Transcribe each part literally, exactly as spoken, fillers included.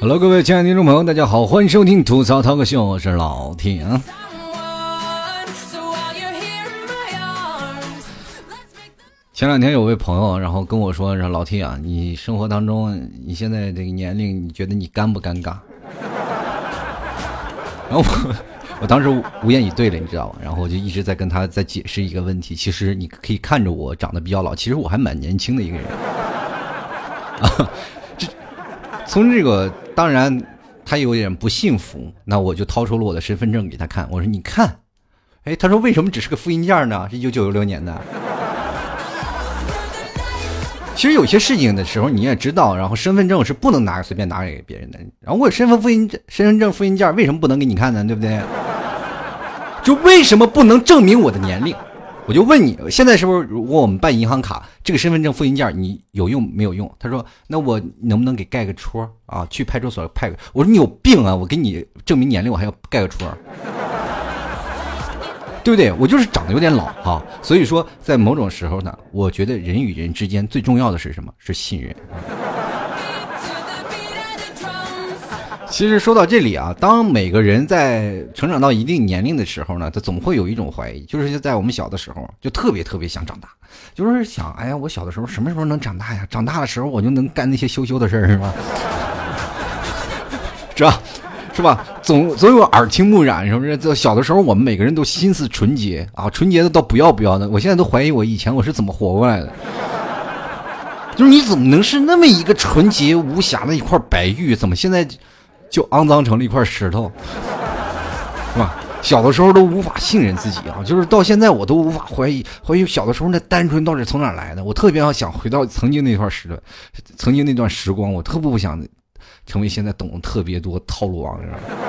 Hello， 各位亲爱的听众朋友，大家好，欢迎收听吐槽涛哥秀，我是老铁。前两天有位朋友，然后跟我说：“老铁啊，你生活当中，你现在这个年龄，你觉得你尴不尴尬？”然后我，我当时无言以对了，你知道吗？然后我就一直在跟他在解释一个问题。其实你可以看着我长得比较老，其实我还蛮年轻的一个人。啊，这从这个当然他有点不幸福，那我就掏出了我的身份证给他看，我说：“你看。”哎，他说：“为什么只是个复印件呢？是一九九六年的。”其实有些事情的时候你也知道，然后身份证是不能拿随便拿给别人的。然后我身份复印身份证复印件为什么不能给你看呢？对不对？就为什么不能证明我的年龄？我就问你，现在是不是如果我们办银行卡，这个身份证复印件你有用没有用？他说：“那我能不能给盖个戳啊？去派出所派个。”我说：“你有病啊！我给你证明年龄，我还要盖个戳。”对不对？我就是长得有点老哈，所以说在某种时候呢，我觉得人与人之间最重要的是什么？是信任。其实说到这里啊，当每个人在成长到一定年龄的时候呢，他总会有一种怀疑，就是在我们小的时候就特别特别想长大，就是想，哎呀，我小的时候什么时候能长大呀？长大的时候我就能干那些羞羞的事儿，是吧？是吧？是吧？总总有耳听目染，是不是？小的时候我们每个人都心思纯洁啊，纯洁的到不要不要的。我现在都怀疑我以前我是怎么活过来的。就是你怎么能是那么一个纯洁无瑕的一块白玉，怎么现在就肮脏成了一块石头？是吧？小的时候都无法信任自己啊，就是到现在我都无法怀疑怀疑小的时候那单纯到底从哪来的。我特别想回到曾经那段时段，曾经那段时光，我特别不想成为现在懂得特别多套路王，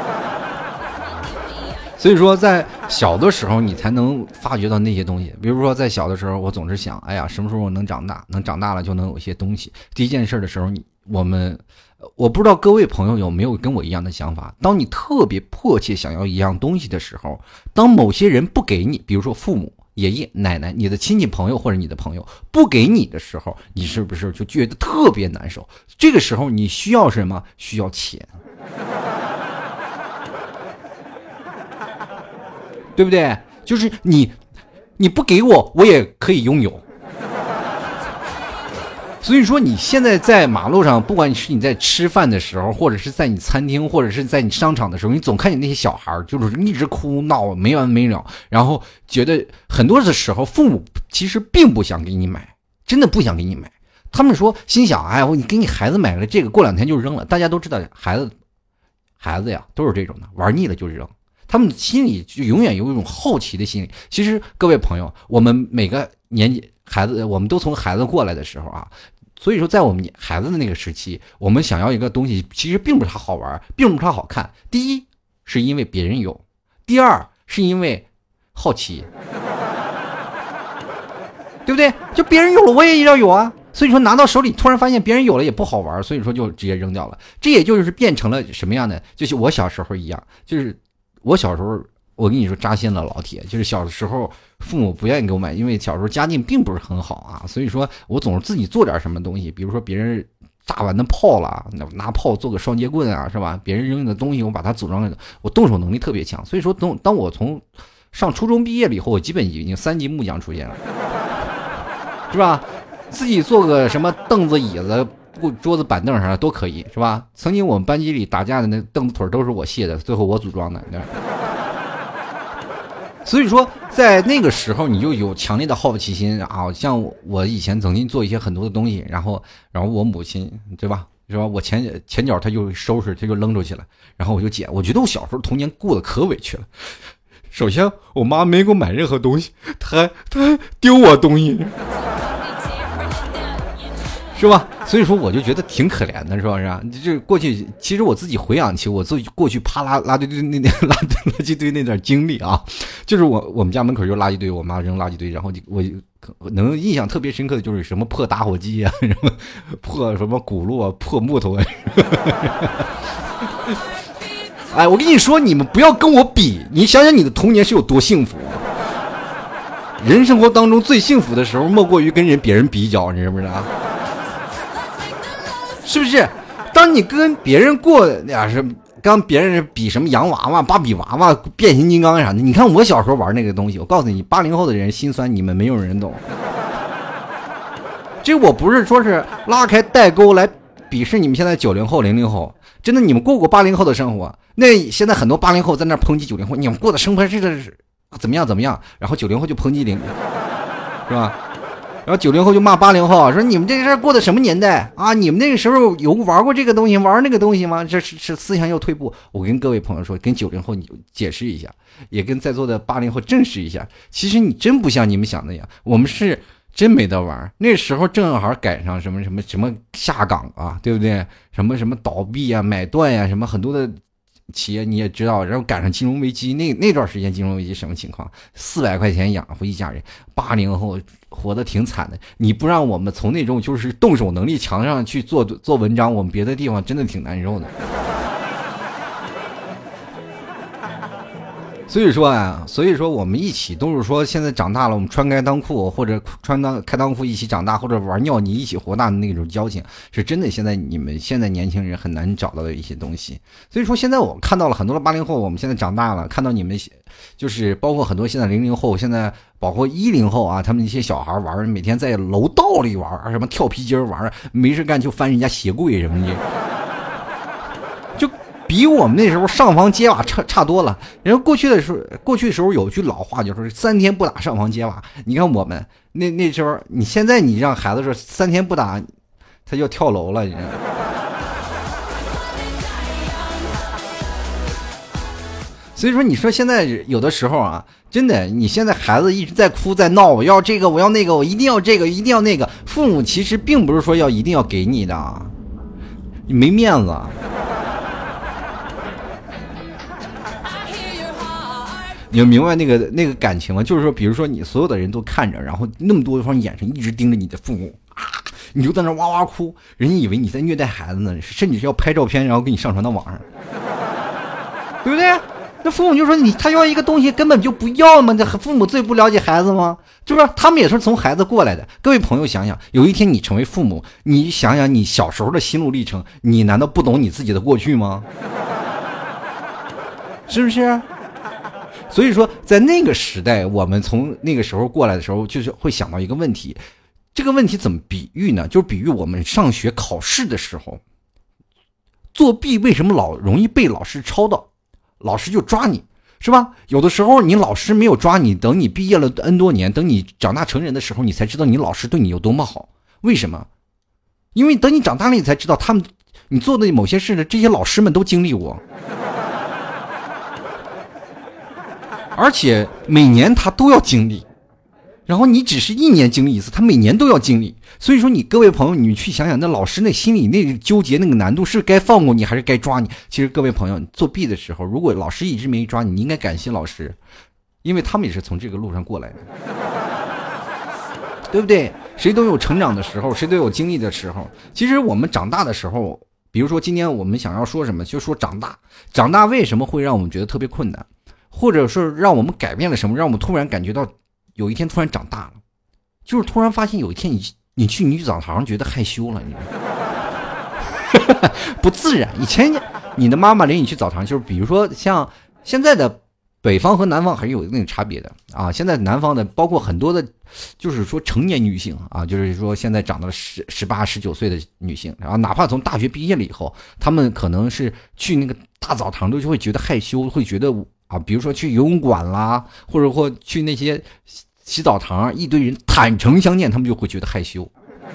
所以说在小的时候你才能发掘到那些东西。比如说在小的时候我总是想，哎呀，什么时候我能长大，能长大了就能有一些东西。第一件事的时候，你我们我不知道各位朋友有没有跟我一样的想法，当你特别迫切想要一样东西的时候，当某些人不给你，比如说父母、爷爷奶奶、你的亲戚朋友或者你的朋友不给你的时候，你是不是就觉得特别难受？这个时候你需要什么？需要钱，对不对？就是你你不给我我也可以拥有。所以说你现在在马路上，不管是你在吃饭的时候，或者是在你餐厅，或者是在你商场的时候，你总看见那些小孩就是一直哭闹没完没了，然后觉得很多的时候父母其实并不想给你买，真的不想给你买。他们说心想，哎，我你给你孩子买了这个，过两天就扔了。大家都知道孩子孩子呀都是这种的，玩腻了就扔。他们心里就永远有一种好奇的心理。其实各位朋友，我们每个年纪孩子，我们都从孩子过来的时候啊，所以说在我们孩子的那个时期，我们想要一个东西其实并不是它好玩，并不是它好看。第一是因为别人有，第二是因为好奇，对不对？就别人有了我也要有啊。所以说拿到手里突然发现别人有了也不好玩，所以说就直接扔掉了。这也就是变成了什么样的，就是我小时候一样，就是我小时候我跟你说扎心了，老铁，就是小的时候父母不愿意给我买，因为小时候家境并不是很好啊，所以说我总是自己做点什么东西，比如说别人炸完的炮啦，拿炮做个双截棍啊，是吧？别人扔的东西我把它组装，我动手能力特别强。所以说等当我从上初中毕业了以后，我基本已经三级木匠出现了，是吧？自己做个什么凳子、椅子、桌子、板凳啥的都可以，是吧？曾经我们班级里打架的那凳子腿都是我卸的，最后我组装的。所以说在那个时候你就有强烈的好奇心啊，像我以前曾经做一些很多的东西，然后然后我母亲对吧，是吧？我前前脚他就收拾，他就扔出去了，然后我就捡。我觉得我小时候童年过得可委屈了。首先我妈没给我买任何东西，她还她还丢我东西，是吧？所以说我就觉得挺可怜的，是不是？就是过去，其实我自己回想起我自己过去啪拉拉堆堆那点垃垃圾堆那点经历啊，就是我我们家门口就垃圾堆，我妈扔垃圾堆，然后我能印象特别深刻的就是什么破打火机啊，什么破什么轱辘啊，破木头啊。哎，我跟你说，你们不要跟我比，你想想你的童年是有多幸福。人生活当中最幸福的时候，莫过于跟人别人比较，你知不知道？是不是？ 当你跟别人过呀是跟别人比什么洋娃娃、芭比娃娃、变形金刚啥的，你看我小时候玩那个东西，我告诉你，八零后的人心酸，你们没有人懂。这我不是说是拉开代沟来鄙视你们现在九零后、零零后，真的你们过过八零后的生活，那现在很多八零后在那抨击九零后，你们过的生活是是怎么样怎么样，然后九零后就抨击零，是吧？然后九零后就骂八零后，说你们这是过的什么年代啊？你们那个时候有玩过这个东西，玩那个东西吗？这是是思想又退步。我跟各位朋友说，跟九零后你解释一下，也跟在座的八零后证实一下，其实你真不像你们想那样，我们是真没得玩。那时候正好赶上什么什么什么下岗啊，对不对？什么什么倒闭啊、买断呀、啊，什么很多的企业你也知道，然后赶上金融危机，那那段时间金融危机什么情况？四百块钱养活一家人，八零后活得挺惨的。你不让我们从那种就是动手能力强上去做做文章，我们别的地方真的挺难受的。所以说啊，所以说我们一起都是说，现在长大了，我们穿开裆裤或者穿裆开裆裤一起长大，或者玩尿泥一起活大的那种交情，是真的。现在你们现在年轻人很难找到的一些东西。所以说，现在我看到了很多的八零后，我们现在长大了，看到你们就是包括很多现在零零后，现在包括一零后啊，他们一些小孩玩，每天在楼道里玩，什么跳皮筋玩，没事干就翻人家鞋柜什么的。比我们那时候上房揭瓦差差多了。然后过去的时候，过去的时候有句老话就说三天不打上房揭瓦。你看我们那那时候，你现在你让孩子说三天不打，他就跳楼了，你知道吗？所以说，你说现在有的时候啊，真的，你现在孩子一直在哭在闹，我要这个，我要那个，我一定要这个，一定要那个。父母其实并不是说要一定要给你的，你没面子。你就明白那个那个感情吗？就是说，比如说你所有的人都看着，然后那么多双眼神一直盯着你的父母啊，你就在那哇哇哭，人家以为你在虐待孩子呢，甚至是要拍照片然后给你上传到网上，对不对？那父母就说你他要一个东西根本就不要嘛，这父母最不了解孩子吗？就是他们也是从孩子过来的。各位朋友想想，有一天你成为父母，你想想你小时候的心路历程，你难道不懂你自己的过去吗？是不是？所以说在那个时代，我们从那个时候过来的时候，就是会想到一个问题，这个问题怎么比喻呢？就是比喻我们上学考试的时候，作弊为什么老容易被老师抄到，老师就抓你，是吧？有的时候你老师没有抓你，等你毕业了 N 多年，等你长大成人的时候，你才知道你老师对你有多么好。为什么？因为等你长大了，你才知道他们你做的某些事呢，这些老师们都经历过。而且每年他都要经历，然后你只是一年经历一次，他每年都要经历。所以说你各位朋友，你去想想那老师那心里那纠结那个难度，是该放过你还是该抓你？其实各位朋友，作弊的时候，如果老师一直没抓你，你应该感谢老师，因为他们也是从这个路上过来的，对不对？谁都有成长的时候，谁都有经历的时候。其实我们长大的时候，比如说今天我们想要说什么，就说长大。长大为什么会让我们觉得特别困难？或者是让我们改变了什么，让我们突然感觉到有一天突然长大了，就是突然发现有一天你你去女澡堂觉得害羞了，你不自然。以前你的妈妈领你去澡堂，就是比如说像现在的北方和南方还是有一定差别的啊。现在南方的包括很多的，就是说成年女性啊，就是说现在长到了十十八、十九岁的女性，然后哪怕从大学毕业了以后，她们可能是去那个大澡堂都就会觉得害羞，会觉得。啊，比如说去游泳馆啦，或者或去那些洗澡堂，一堆人坦诚相见，他们就会觉得害羞，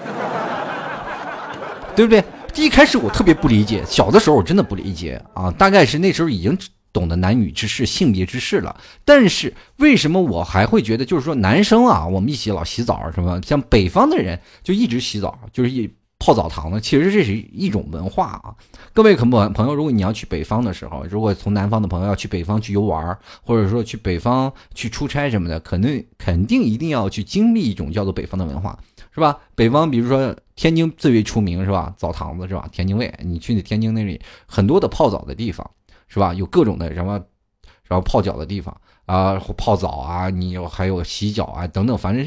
对不对？一开始我特别不理解，小的时候我真的不理解啊，大概是那时候已经懂得男女之事、性别之事了。但是为什么我还会觉得，就是说男生啊，我们一起老洗澡什么，像北方的人就一直洗澡，就是一。泡澡堂呢，其实这是一种文化啊。各位朋友，如果你要去北方的时候，如果从南方的朋友要去北方去游玩，或者说去北方去出差什么的，肯定肯定一定要去经历一种叫做北方的文化，是吧？北方比如说天津最为出名是吧？澡堂子是吧？天津卫，你去那天津那里很多的泡澡的地方是吧？有各种的什么，然后泡脚的地方啊、呃，泡澡啊，你有还有洗脚啊等等，反正是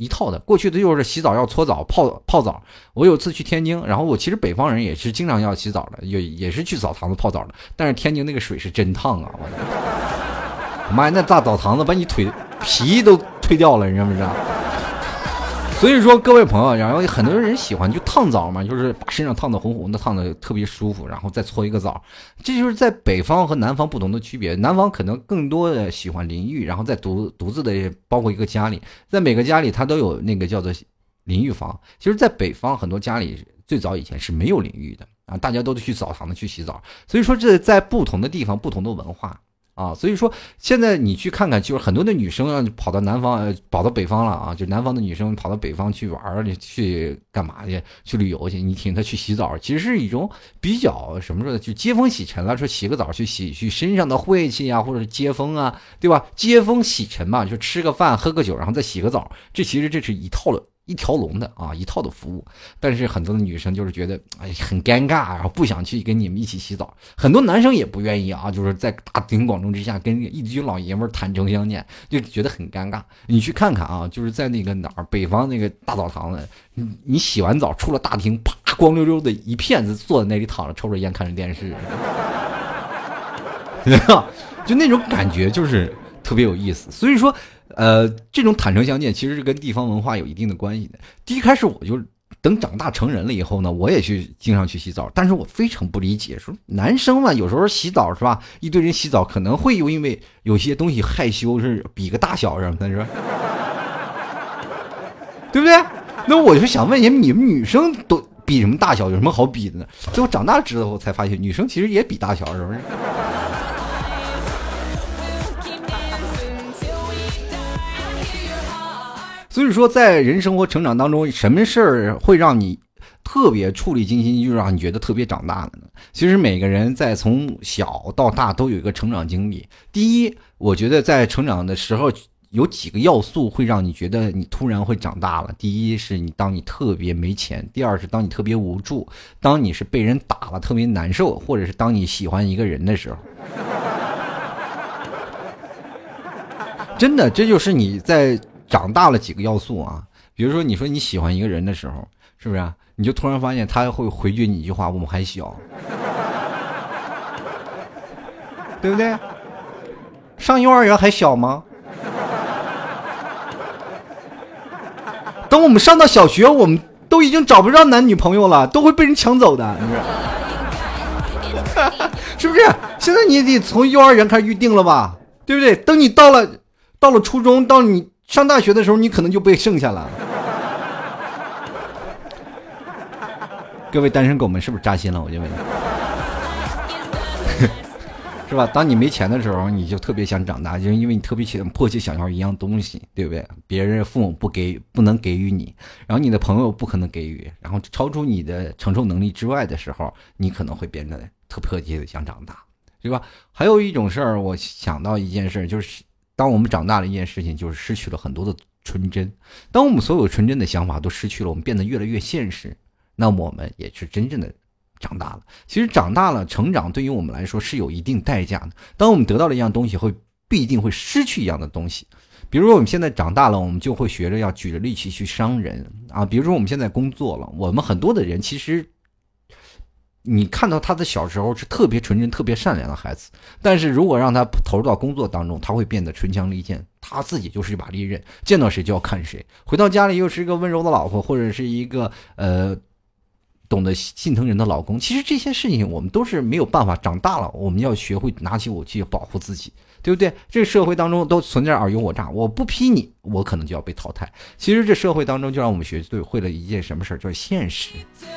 一套的。过去的就是洗澡要搓澡泡泡澡。我有次去天津，然后我其实北方人也是经常要洗澡的，也也是去澡堂子泡澡的，但是天津那个水是真烫啊！我妈呀，那大澡堂子把你腿皮都推掉了，你知不知道？所以说各位朋友，然后很多人喜欢就烫澡嘛，就是把身上烫得红红的，烫得特别舒服，然后再搓一个澡。这就是在北方和南方不同的区别。南方可能更多的喜欢淋浴，然后再独独自的包括一个家里，在每个家里它都有那个叫做淋浴房。其实在北方很多家里最早以前是没有淋浴的啊，大家都去澡堂子去洗澡。所以说这在不同的地方不同的文化啊，所以说现在你去看看，就是很多的女生啊跑到南方，呃，跑到北方了啊，就南方的女生跑到北方去玩去干嘛去？去旅游去？你听她去洗澡，其实是一种比较什么说的，就接风洗尘了，说洗个澡去洗去身上的晦气啊，或者接风啊，对吧？接风洗尘嘛，就吃个饭喝个酒，然后再洗个澡，这其实这是一套的。一条龙的啊，一套的服务。但是很多的女生就是觉得哎很尴尬，然后不想去跟你们一起洗澡。很多男生也不愿意啊，就是在大庭广众之下跟一群老爷们坦诚相见，就觉得很尴尬。你去看看啊，就是在那个哪儿北方那个大澡堂子，你你洗完澡出了大厅，啪，光溜溜的一片子坐在那里躺着抽着烟看着电视，就那种感觉就是特别有意思。所以说呃，这种坦诚相见其实是跟地方文化有一定的关系的。第一开始我就等长大成人了以后呢，我也去经常去洗澡，但是我非常不理解，说男生嘛，有时候洗澡是吧，一堆人洗澡可能会有因为有些东西害羞，是比个大小什么的，是吧？对不对？那我就想问一下，你们女生都比什么大小，有什么好比的呢？最后长大之后才发现，女生其实也比大小，是不是？所以说在人生活成长当中，什么事儿会让你特别触力惊心，就让你觉得特别长大的呢？其实每个人在从小到大都有一个成长经历。第一，我觉得在成长的时候有几个要素会让你觉得你突然会长大了。第一是你当你特别没钱，第二是当你特别无助，当你是被人打了特别难受，或者是当你喜欢一个人的时候。真的，这就是你在长大了几个要素啊。比如说你说你喜欢一个人的时候，是不是啊？你就突然发现他会回绝你一句话，我们还小，对不对？上幼儿园还小吗？等我们上到小学，我们都已经找不着男女朋友了，都会被人抢走的，是不是？现在你也得从幼儿园开始预定了吧，对不对？等你到了到了初中，到你上大学的时候，你可能就被剩下了。各位单身狗们是不是扎心了？我就问你，是吧？当你没钱的时候，你就特别想长大，就是因为你特别想迫切想要一样东西，对不对？别人父母不给，不能给予你，然后你的朋友不可能给予，然后超出你的承受能力之外的时候，你可能会变得特迫切的想长大，对吧？还有一种事儿，我想到一件事，就是当我们长大了一件事情，就是失去了很多的纯真。当我们所有纯真的想法都失去了，我们变得越来越现实，那么我们也是真正的长大了。其实长大了，成长对于我们来说是有一定代价的。当我们得到了一样东西，会必定会失去一样的东西。比如说我们现在长大了，我们就会学着要举着力气去伤人啊。比如说我们现在工作了，我们很多的人其实你看到他的小时候是特别纯真特别善良的孩子，但是如果让他投入到工作当中，他会变得唇枪利剑，他自己就是一把利刃，见到谁就要看谁。回到家里又是一个温柔的老婆，或者是一个呃懂得心疼人的老公。其实这些事情我们都是没有办法，长大了我们要学会拿起武器保护自己，对不对？这个社会当中都存在尔虞我诈，我不批你，我可能就要被淘汰。其实这社会当中就让我们学会了一件什么事，就是现实。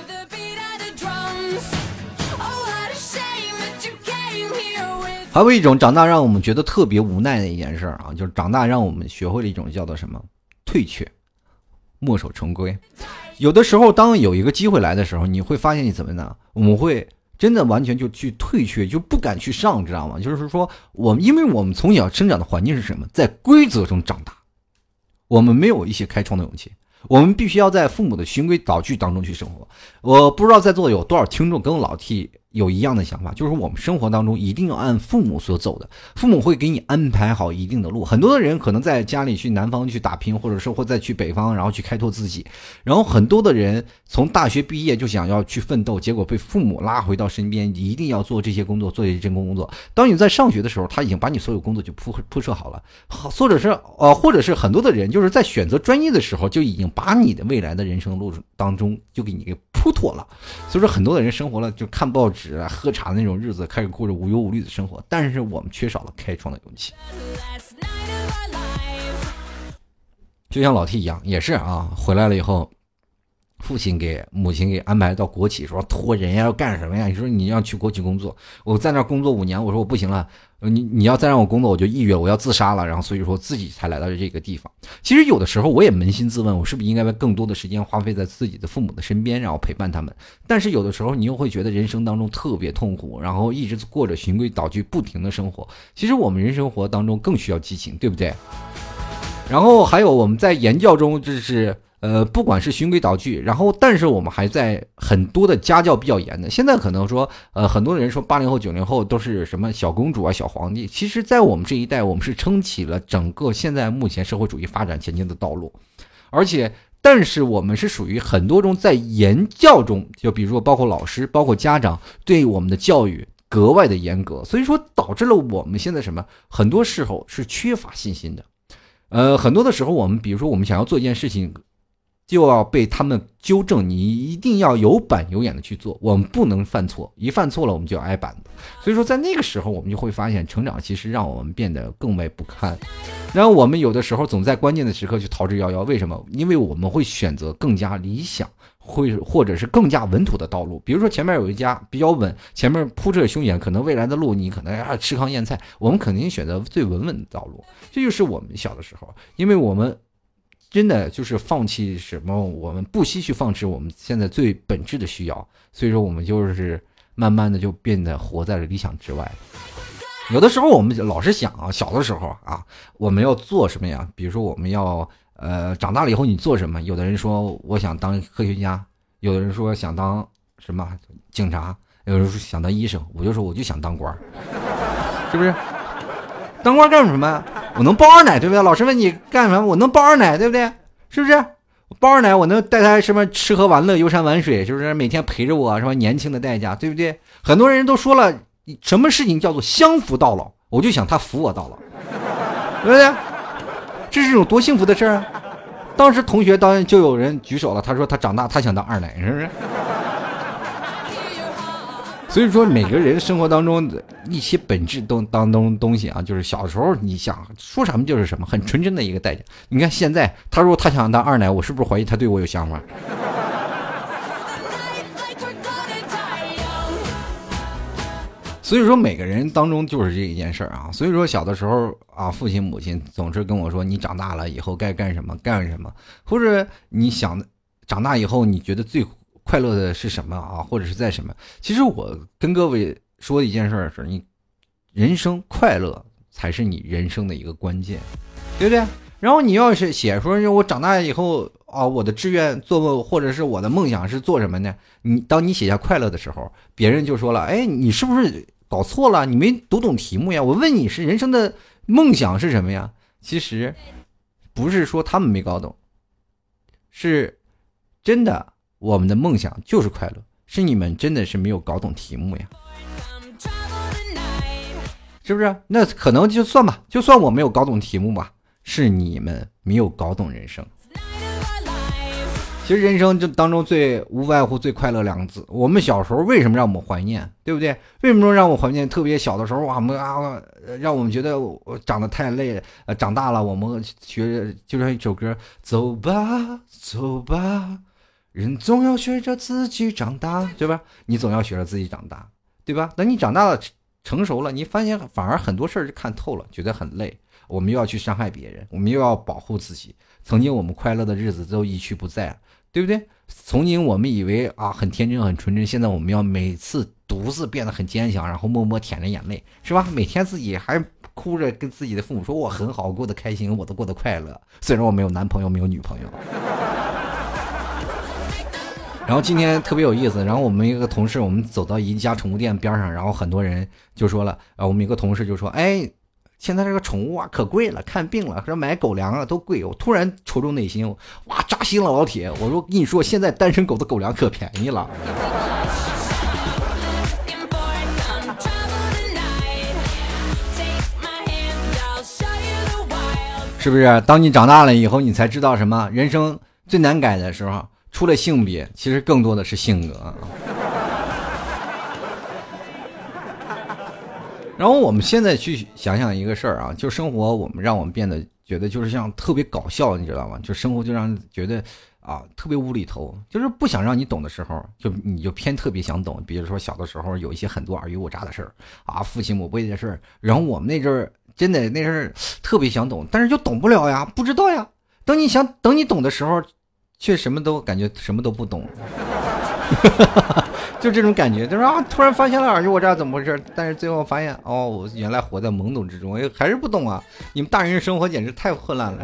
还有一种长大让我们觉得特别无奈的一件事啊，就是长大让我们学会了一种叫做什么退却，墨守成规。有的时候当有一个机会来的时候，你会发现你怎么呢？我们会真的完全就去退却，就不敢去上，知道吗？就是说我们因为我们从小生长的环境是什么，在规则中长大，我们没有一些开创的勇气，我们必须要在父母的循规蹈矩当中去生活。我不知道在座有多少听众跟我老 T 有一样的想法，就是我们生活当中一定要按父母所走的，父母会给你安排好一定的路。很多的人可能在家里去南方去打拼，或者是或再去北方，然后去开拓自己。然后很多的人从大学毕业就想要去奋斗，结果被父母拉回到身边，一定要做这些工作，做这些真工作。当你在上学的时候，他已经把你所有工作就铺铺设好了，或者是呃，或者是很多的人就是在选择专业的时候就已经把你的未来的人生路当中就给你给铺妥了。所以说很多的人生活了就看报纸啊喝茶的那种日子，开始过着无忧无虑的生活，但是我们缺少了开创的勇气。就像老 T 一样，也是啊，回来了以后父亲给母亲给安排到国企，说托人呀要干什么呀，你说你要去国企工作，我在那工作五年，我说我不行了，你你要再让我工作我就抑郁了，我要自杀了，然后所以说自己才来到这个地方。其实有的时候我也扪心自问，我是不是应该把更多的时间花费在自己的父母的身边，然后陪伴他们。但是有的时候你又会觉得人生当中特别痛苦，然后一直过着循规蹈矩不停的生活。其实我们人生活当中更需要激情，对不对？然后还有我们在言教中就是呃，不管是循规蹈矩，然后但是我们还在很多的家教比较严的。现在可能说呃，很多人说八零后九零后都是什么小公主啊小皇帝，其实在我们这一代我们是撑起了整个现在目前社会主义发展前进的道路。而且但是我们是属于很多种在言教中，就比如说包括老师包括家长对我们的教育格外的严格，所以说导致了我们现在什么很多时候是缺乏信心的。呃，很多的时候我们比如说我们想要做一件事情，就要被他们纠正，你一定要有板有眼的去做，我们不能犯错，一犯错了我们就要挨板子。所以说在那个时候我们就会发现成长其实让我们变得更为不堪。然后我们有的时候总在关键的时刻去逃之夭夭，为什么？因为我们会选择更加理想会或者是更加稳妥的道路。比如说前面有一家比较稳，前面铺设凶险，可能未来的路你可能要吃糠咽菜，我们肯定选择最稳稳的道路。这就是我们小的时候，因为我们真的就是放弃什么，我们不惜去放弃我们现在最本质的需要，所以说我们就是慢慢的就变得活在了理想之外。有的时候我们老是想啊，小的时候啊，我们要做什么呀？比如说我们要呃长大了以后你做什么？有的人说我想当科学家，有的人说想当什么警察，有人说想当医生，我就说我就想当官，是不是？当官干什么？我能包二奶，对不对？老师问你干什么，我能包二奶，对不对？是不是？包二奶，我能带他什么吃喝玩乐、游山玩水，是不是？每天陪着我，什么年轻的代价，对不对？很多人都说了，什么事情叫做相扶到老，我就想他扶我到老，对不对？这是一种多幸福的事儿啊！当时同学当然就有人举手了，他说他长大他想当二奶，是不是？所以说每个人生活当中的一些本质都当中东西啊，就是小时候你想说什么就是什么，很纯真的一个代价。你看现在他说他想当二奶，我是不是怀疑他对我有想法？所以说每个人当中就是这一件事啊。所以说小的时候啊，父亲母亲总是跟我说你长大了以后该干什么干什么，或者你想长大以后你觉得最快乐的是什么啊，或者是在什么。其实我跟各位说的一件事是，你人生快乐才是你人生的一个关键，对不对？然后你要是写说我长大以后啊，我的志愿做或者是我的梦想是做什么呢？你当你写下快乐的时候，别人就说了，哎，你是不是搞错了？你没读懂题目呀？我问你是人生的梦想是什么呀？其实不是说他们没搞懂，是真的我们的梦想就是快乐，是你们真的是没有搞懂题目呀，是不是？那可能就算吧，就算我没有搞懂题目吧，是你们没有搞懂人生。其实人生这当中最无外乎最快乐两个字。我们小时候为什么让我们怀念，对不对？为什么让我怀念？特别小的时候，我们啊，让我们觉得我长得太累了。呃，长大了，我们学就像一首歌，走吧，走吧，人总要学着自己长大，对吧？你总要学着自己长大，对吧？等你长大了，成熟了，你发现反而很多事儿就看透了，觉得很累。我们又要去伤害别人，我们又要保护自己。曾经我们快乐的日子都一去不再了，对不对？曾经我们以为啊很天真很纯真，现在我们要每次独自变得很坚强，然后默默舔着眼泪，是吧？每天自己还哭着跟自己的父母说我很好，过得开心，我都过得快乐，虽然我没有男朋友没有女朋友。 然后今天特别有意思，然后我们一个同事，我们走到一家宠物店边上，然后很多人就说了，啊，我们一个同事就说，哎，现在这个宠物啊可贵了，看病了，说买狗粮啊都贵。我突然戳中内心，哇，扎心了，老铁！我说跟你说，现在单身狗的狗粮可便宜了。是不是？当你长大了以后，你才知道什么？人生最难改的时候，除了性别，其实更多的是性格。然后我们现在去想想一个事儿啊，就生活，我们让我们变得觉得就是像特别搞笑，你知道吗？就生活就让人觉得啊特别无厘头，就是不想让你懂的时候，就你就偏特别想懂。比如说小的时候有一些很多尔虞我诈的事儿啊，父亲母辈的事儿，然后我们那阵儿真的那阵儿特别想懂，但是就懂不了呀，不知道呀。等你想等你懂的时候，却什么都感觉什么都不懂。就这种感觉，就是啊，突然发现了尔虞我诈怎么回事，但是最后发现哦，我原来活在懵懂之中，还是不懂啊！你们大人的生活简直太混乱了。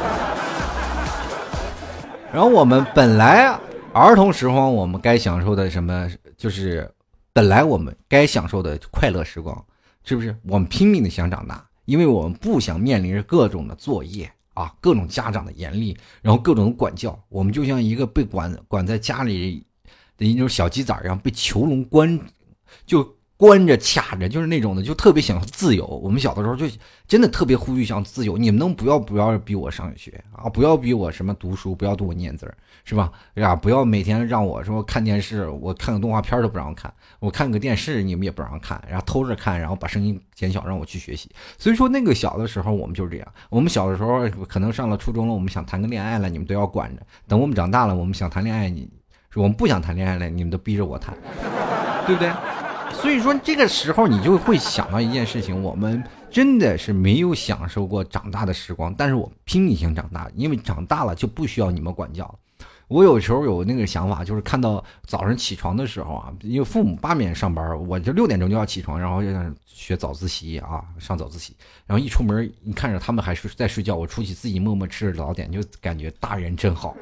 然后我们本来儿童时光，我们该享受的什么，就是本来我们该享受的快乐时光，是不是？我们拼命的想长大，因为我们不想面临着各种的作业啊，各种家长的严厉，然后各种管教，我们就像一个被管管在家里的一种小鸡仔一样，被囚笼关，就关着卡着，就是那种的，就特别想自由。我们小的时候就真的特别呼吁想自由，你们能不要不要逼我上学啊？不要逼我什么读书，不要逼我念字，是吧？呀，不要每天让我说看电视，我看个动画片都不让看，我看个电视你们也不让看，然后偷着看，然后把声音减小让我去学习。所以说那个小的时候我们就是这样，我们小的时候可能上了初中了，我们想谈个恋爱了，你们都要管着；等我们长大了，我们想谈恋爱，你我们不想谈恋爱了，你们都逼着我谈，对不对？所以说这个时候你就会想到一件事情，我们真的是没有享受过长大的时光，但是我拼命想长大，因为长大了就不需要你们管教了。我有时候有那个想法，就是看到早上起床的时候啊，因为父母八点上班，我就六点钟就要起床，然后学早自习啊，上早自习，然后一出门你看着他们还是在睡觉，我出去自己默默吃着早点，就感觉大人真好。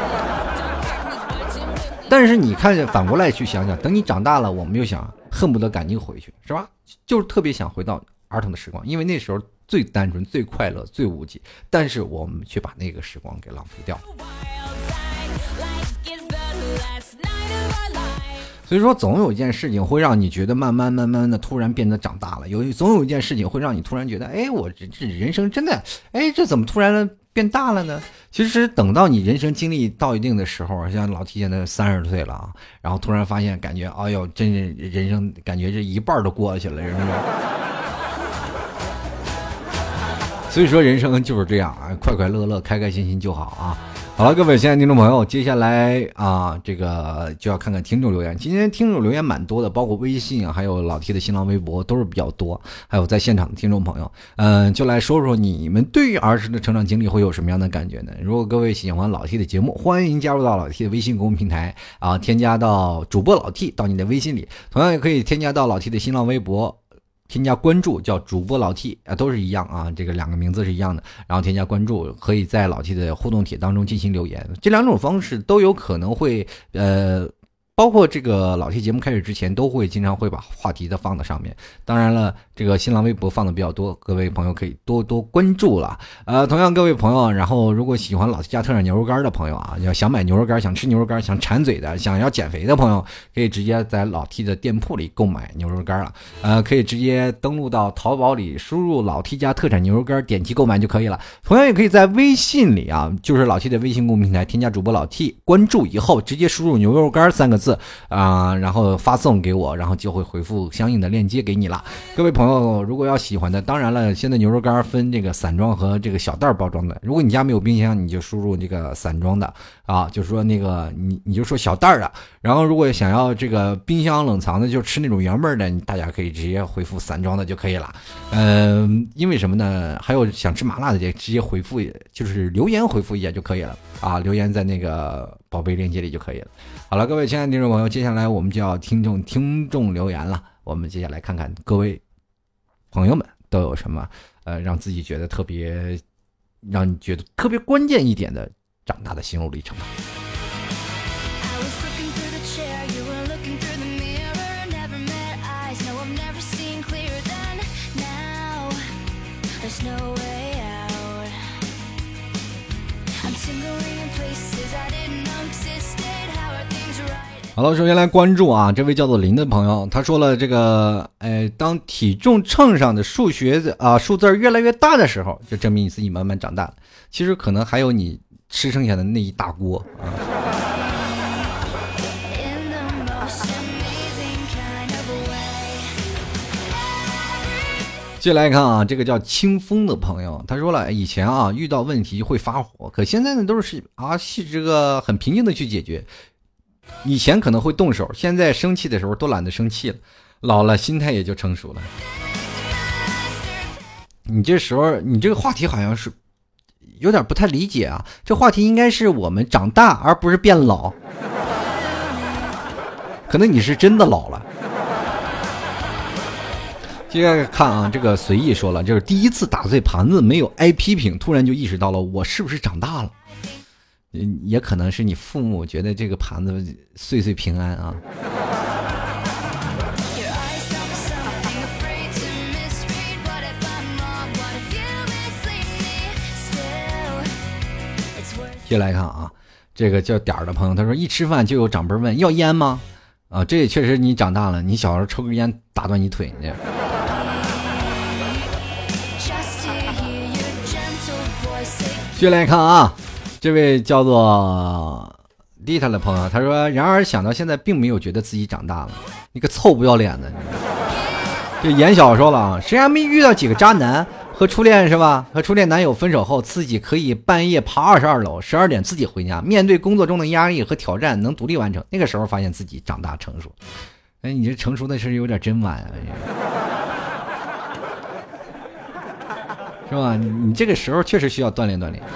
但是你看反过来去想想，等你长大了，我们又想恨不得赶紧回去，是吧？就是特别想回到儿童的时光，因为那时候最单纯、最快乐、最无忌，但是我们却把那个时光给浪费掉了。所以说总有一件事情会让你觉得慢慢慢慢的突然变得长大了，有总有一件事情会让你突然觉得，哎，我这这人生真的，哎，这怎么突然变大了呢？其实等到你人生经历到一定的时候，像老 T 现在三十岁了啊，然后突然发现感觉，哎呦，真是人生感觉这一半都过去了，是不是？所以说人生就是这样啊，快快乐乐开开心心就好啊。好了，各位亲爱的听众朋友，接下来啊，这个就要看看听众留言。今天听众留言蛮多的，包括微信啊，还有老 T 的新浪微博都是比较多，还有在现场的听众朋友，嗯、呃，就来说说你们对于儿时的成长经历会有什么样的感觉呢？如果各位喜欢老 T 的节目，欢迎加入到老 T 的微信公众平台啊，添加到主播老 T 到你的微信里，同样也可以添加到老 T 的新浪微博。添加关注叫主播老 T 啊，都是一样啊，这个两个名字是一样的。然后添加关注，可以在老 T 的互动帖当中进行留言，这两种方式都有可能会呃。包括这个老 T 节目开始之前都会经常会把话题的放在上面，当然了这个新浪微博放的比较多，各位朋友可以多多关注了。呃，同样各位朋友，然后如果喜欢老 T 家特产牛肉干的朋友啊，要想买牛肉干，想吃牛肉干，想馋嘴的，想要减肥的朋友，可以直接在老 T 的店铺里购买牛肉干了。呃，可以直接登录到淘宝里输入老 T 家特产牛肉干，点击购买就可以了。同样也可以在微信里啊，就是老 T 的微信公众平台添加主播老 T， 关注以后直接输入牛肉干三个字啊、呃，然后发送给我，然后就会回复相应的链接给你了。各位朋友，如果要喜欢的，当然了，现在牛肉干分这个散装和这个小袋包装的。如果你家没有冰箱，你就输入这个散装的啊，就说那个你你就说小袋的。然后如果想要这个冰箱冷藏的，就吃那种原味的，大家可以直接回复散装的就可以了。嗯、呃，因为什么呢？还有想吃麻辣的，也直接回复，就是留言回复一下就可以了啊，留言在那个宝贝链接里就可以了。好了，各位亲爱的听众朋友，接下来我们就要听众听众留言了。我们接下来看看各位朋友们都有什么呃让自己觉得特别让你觉得特别关键一点的长大的心路历程。 好了，首先来关注啊，这位叫做林的朋友，他说了这个，哎，当体重秤上的数学啊数字越来越大的时候，就证明你自己慢慢长大了。其实可能还有你吃剩下的那一大锅啊。接下来看啊，这个叫清风的朋友，他说了，以前啊遇到问题会发火，可现在呢都是啊是这个很平静的去解决。以前可能会动手，现在生气的时候都懒得生气了，老了心态也就成熟了。你这时候你这个话题好像是有点不太理解啊，这话题应该是我们长大而不是变老，可能你是真的老了。接着看啊，这个随意说了，就是第一次打碎盘子没有挨批评，突然就意识到了我是不是长大了。嗯，也可能是你父母觉得这个盘子岁岁平安啊。接来看啊，这个叫点儿的朋友，他说一吃饭就有长辈问要烟吗？啊，这也确实你长大了，你小时候抽根烟打断你腿呢。接来看啊，这位叫做丽塔的朋友，他说然而想到现在并没有觉得自己长大了，你个臭不要脸的。这严小说了啊，谁还没遇到几个渣男和初恋是吧？和初恋男友分手后，自己可以半夜爬二十二楼，十二点自己回家，面对工作中的压力和挑战能独立完成。那个时候发现自己长大成熟。哎，你这成熟的是有点真晚啊，是吧？你这个时候确实需要锻炼锻炼。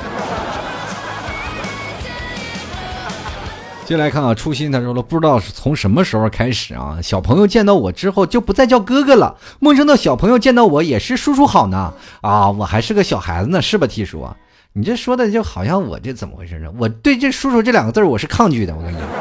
接下来看啊，初心他说了，不知道是从什么时候开始啊，小朋友见到我之后就不再叫哥哥了，陌生的小朋友见到我也是叔叔好呢。啊，我还是个小孩子呢，是吧 T 叔啊？你这说的就好像我这怎么回事呢？我对这叔叔这两个字我是抗拒的，我跟你讲。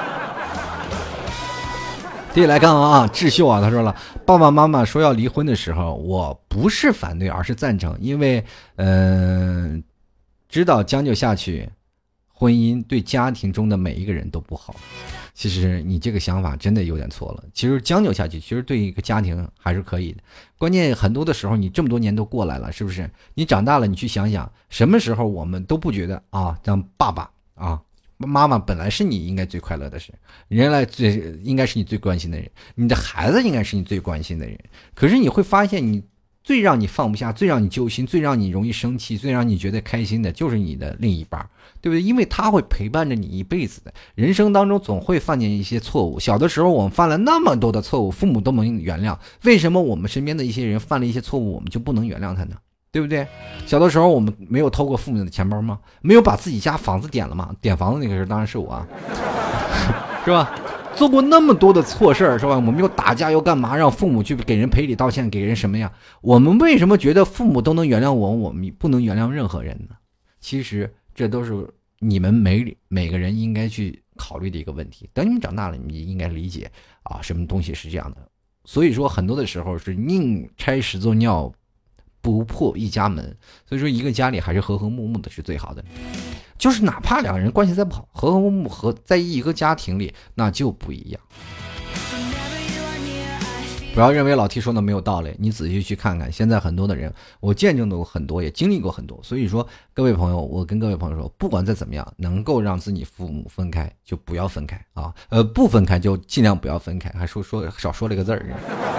接下来看啊，智秀啊，他说了，爸爸妈妈说要离婚的时候，我不是反对，而是赞成，因为嗯、呃，知道将就下去。婚姻对家庭中的每一个人都不好，其实你这个想法真的有点错了。其实将就下去，其实对一个家庭还是可以的。关键很多的时候，你这么多年都过来了，是不是？你长大了，你去想想，什么时候我们都不觉得啊，当爸爸啊、妈妈本来是你应该最快乐的事，原来最应该是你最关心的人，你的孩子应该是你最关心的人。可是你会发现，你最让你放不下、最让你揪心、最让你容易生气、最让你觉得开心的，就是你的另一半。对不对？因为他会陪伴着你一辈子的。人生当中总会犯见一些错误，小的时候我们犯了那么多的错误，父母都能原谅，为什么我们身边的一些人犯了一些错误，我们就不能原谅他呢？对不对？小的时候我们没有偷过父母的钱包吗？没有把自己家房子点了吗？点房子那个时候当然是我啊，是吧？做过那么多的错事儿，是吧？我们又打架又干嘛，让父母去给人赔礼道歉，给人什么呀？我们为什么觉得父母都能原谅我，我们不能原谅任何人呢？其实这都是你们每每个人应该去考虑的一个问题。等你们长大了，你应该理解啊，什么东西是这样的。所以说，很多的时候是宁拆十座庙，不破一家门。所以说，一个家里还是和和睦睦的是最好的。就是哪怕两个人关系再不好，和和睦睦和在一个家庭里，那就不一样。不要认为老 T 说的没有道理，你仔细去看看，现在很多的人，我见证过很多，也经历过很多。所以说，各位朋友，我跟各位朋友说，不管再怎么样，能够让自己父母分开，就不要分开啊！呃，不分开就尽量不要分开，还说说少说了个字儿。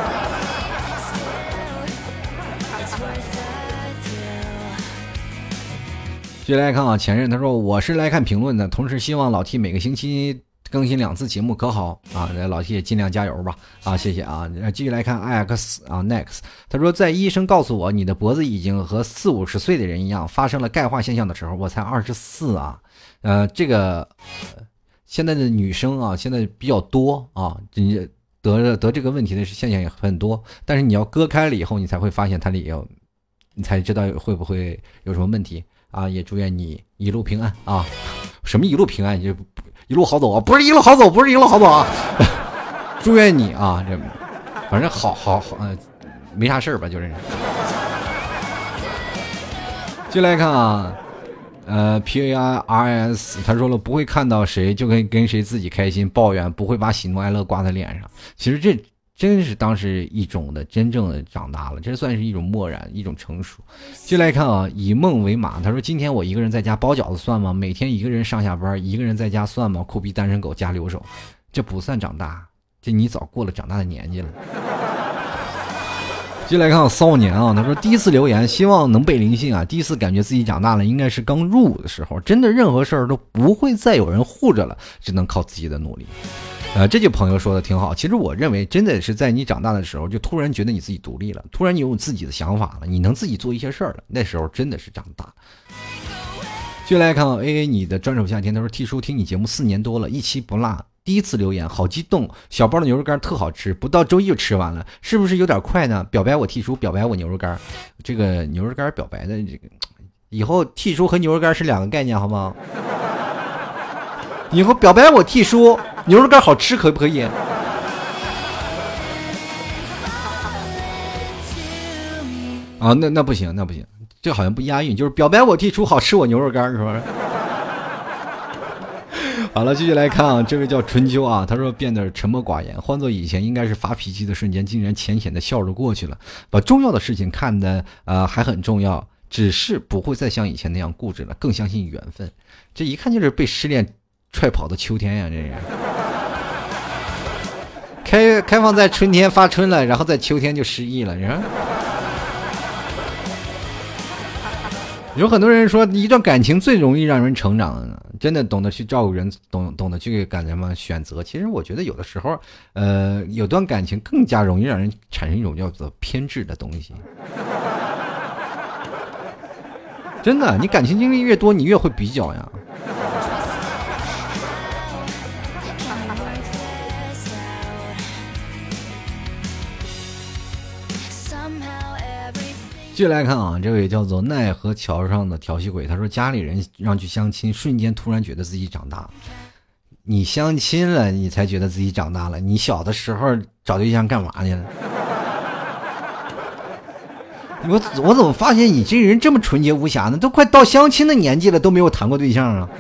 接下来看啊，前任他说我是来看评论的，同时希望老 T 每个星期更新两次节目可好啊？老 T 也尽量加油吧啊！谢谢啊！继续来看 I X 啊 Next， 他说在医生告诉我你的脖子已经和四五十岁的人一样发生了钙化现象的时候，我才二十四啊。呃，这个、呃、现在的女生啊，现在比较多啊，得得得这个问题的现象也很多，但是你要割开了以后，你才会发现它里有，你才知道会不会有什么问题啊！也祝愿你一路平安啊！什么一路平安？你就一路好走啊！不是一路好走，不是一路好走啊！祝愿你啊，这反正好好好，呃，没啥事儿吧，就是。就来看啊， 呃 P A R R S 他说了，不会看到谁就跟跟谁自己开心抱怨，不会把喜怒哀乐挂在脸上。其实这真是当时一种的真正的长大了，这算是一种漠然，一种成熟。就来看啊，以梦为马，他说今天我一个人在家包饺子算吗？每天一个人上下班，一个人在家算吗？酷毙单身狗加留守，这不算长大，这你早过了长大的年纪了。就来看骚年啊，他说第一次留言，希望能被灵性啊。第一次感觉自己长大了，应该是刚入伍的时候，真的任何事儿都不会再有人护着了，只能靠自己的努力。呃，这就朋友说的挺好。其实我认为，真的是在你长大的时候，就突然觉得你自己独立了，突然你有自己的想法了，你能自己做一些事儿了，那时候真的是长大。就来看 A A 你的专属夏天，他说 T 叔听你节目四年多了，一期不落。第一次留言，好激动！小包的牛肉干特好吃，不到周一就吃完了，是不是有点快呢？表白我 T 叔，表白我牛肉干。这个牛肉干表白的这个，以后 T 叔和牛肉干是两个概念，好吗？以后表白我 T 叔，牛肉干好吃可不可以？啊，那那不行，那不行，这好像不押韵，就是表白我 T 叔，好吃我牛肉干，是吧？好了，继续来看啊，这位叫春秋啊，他说变得沉默寡言，换做以前应该是发脾气的瞬间，竟然浅浅的笑着过去了，把重要的事情看得呃还很重要，只是不会再像以前那样固执了，更相信缘分。这一看就是被失恋踹跑的秋天呀，这是开开放在春天发春了，然后在秋天就失忆了，你说。有很多人说一段感情最容易让人成长，真的懂得去照顾人，懂懂得去干什么选择。其实我觉得有的时候呃，有段感情更加容易让人产生一种叫做偏执的东西。真的，你感情经历越多，你越会比较呀。继续来看啊，这位叫做奈何桥上的调戏鬼，他说家里人让去相亲，瞬间突然觉得自己长大了。你相亲了，你才觉得自己长大了，你小的时候找对象干嘛去了？我我怎么发现你这人这么纯洁无瑕呢？都快到相亲的年纪了，都没有谈过对象啊！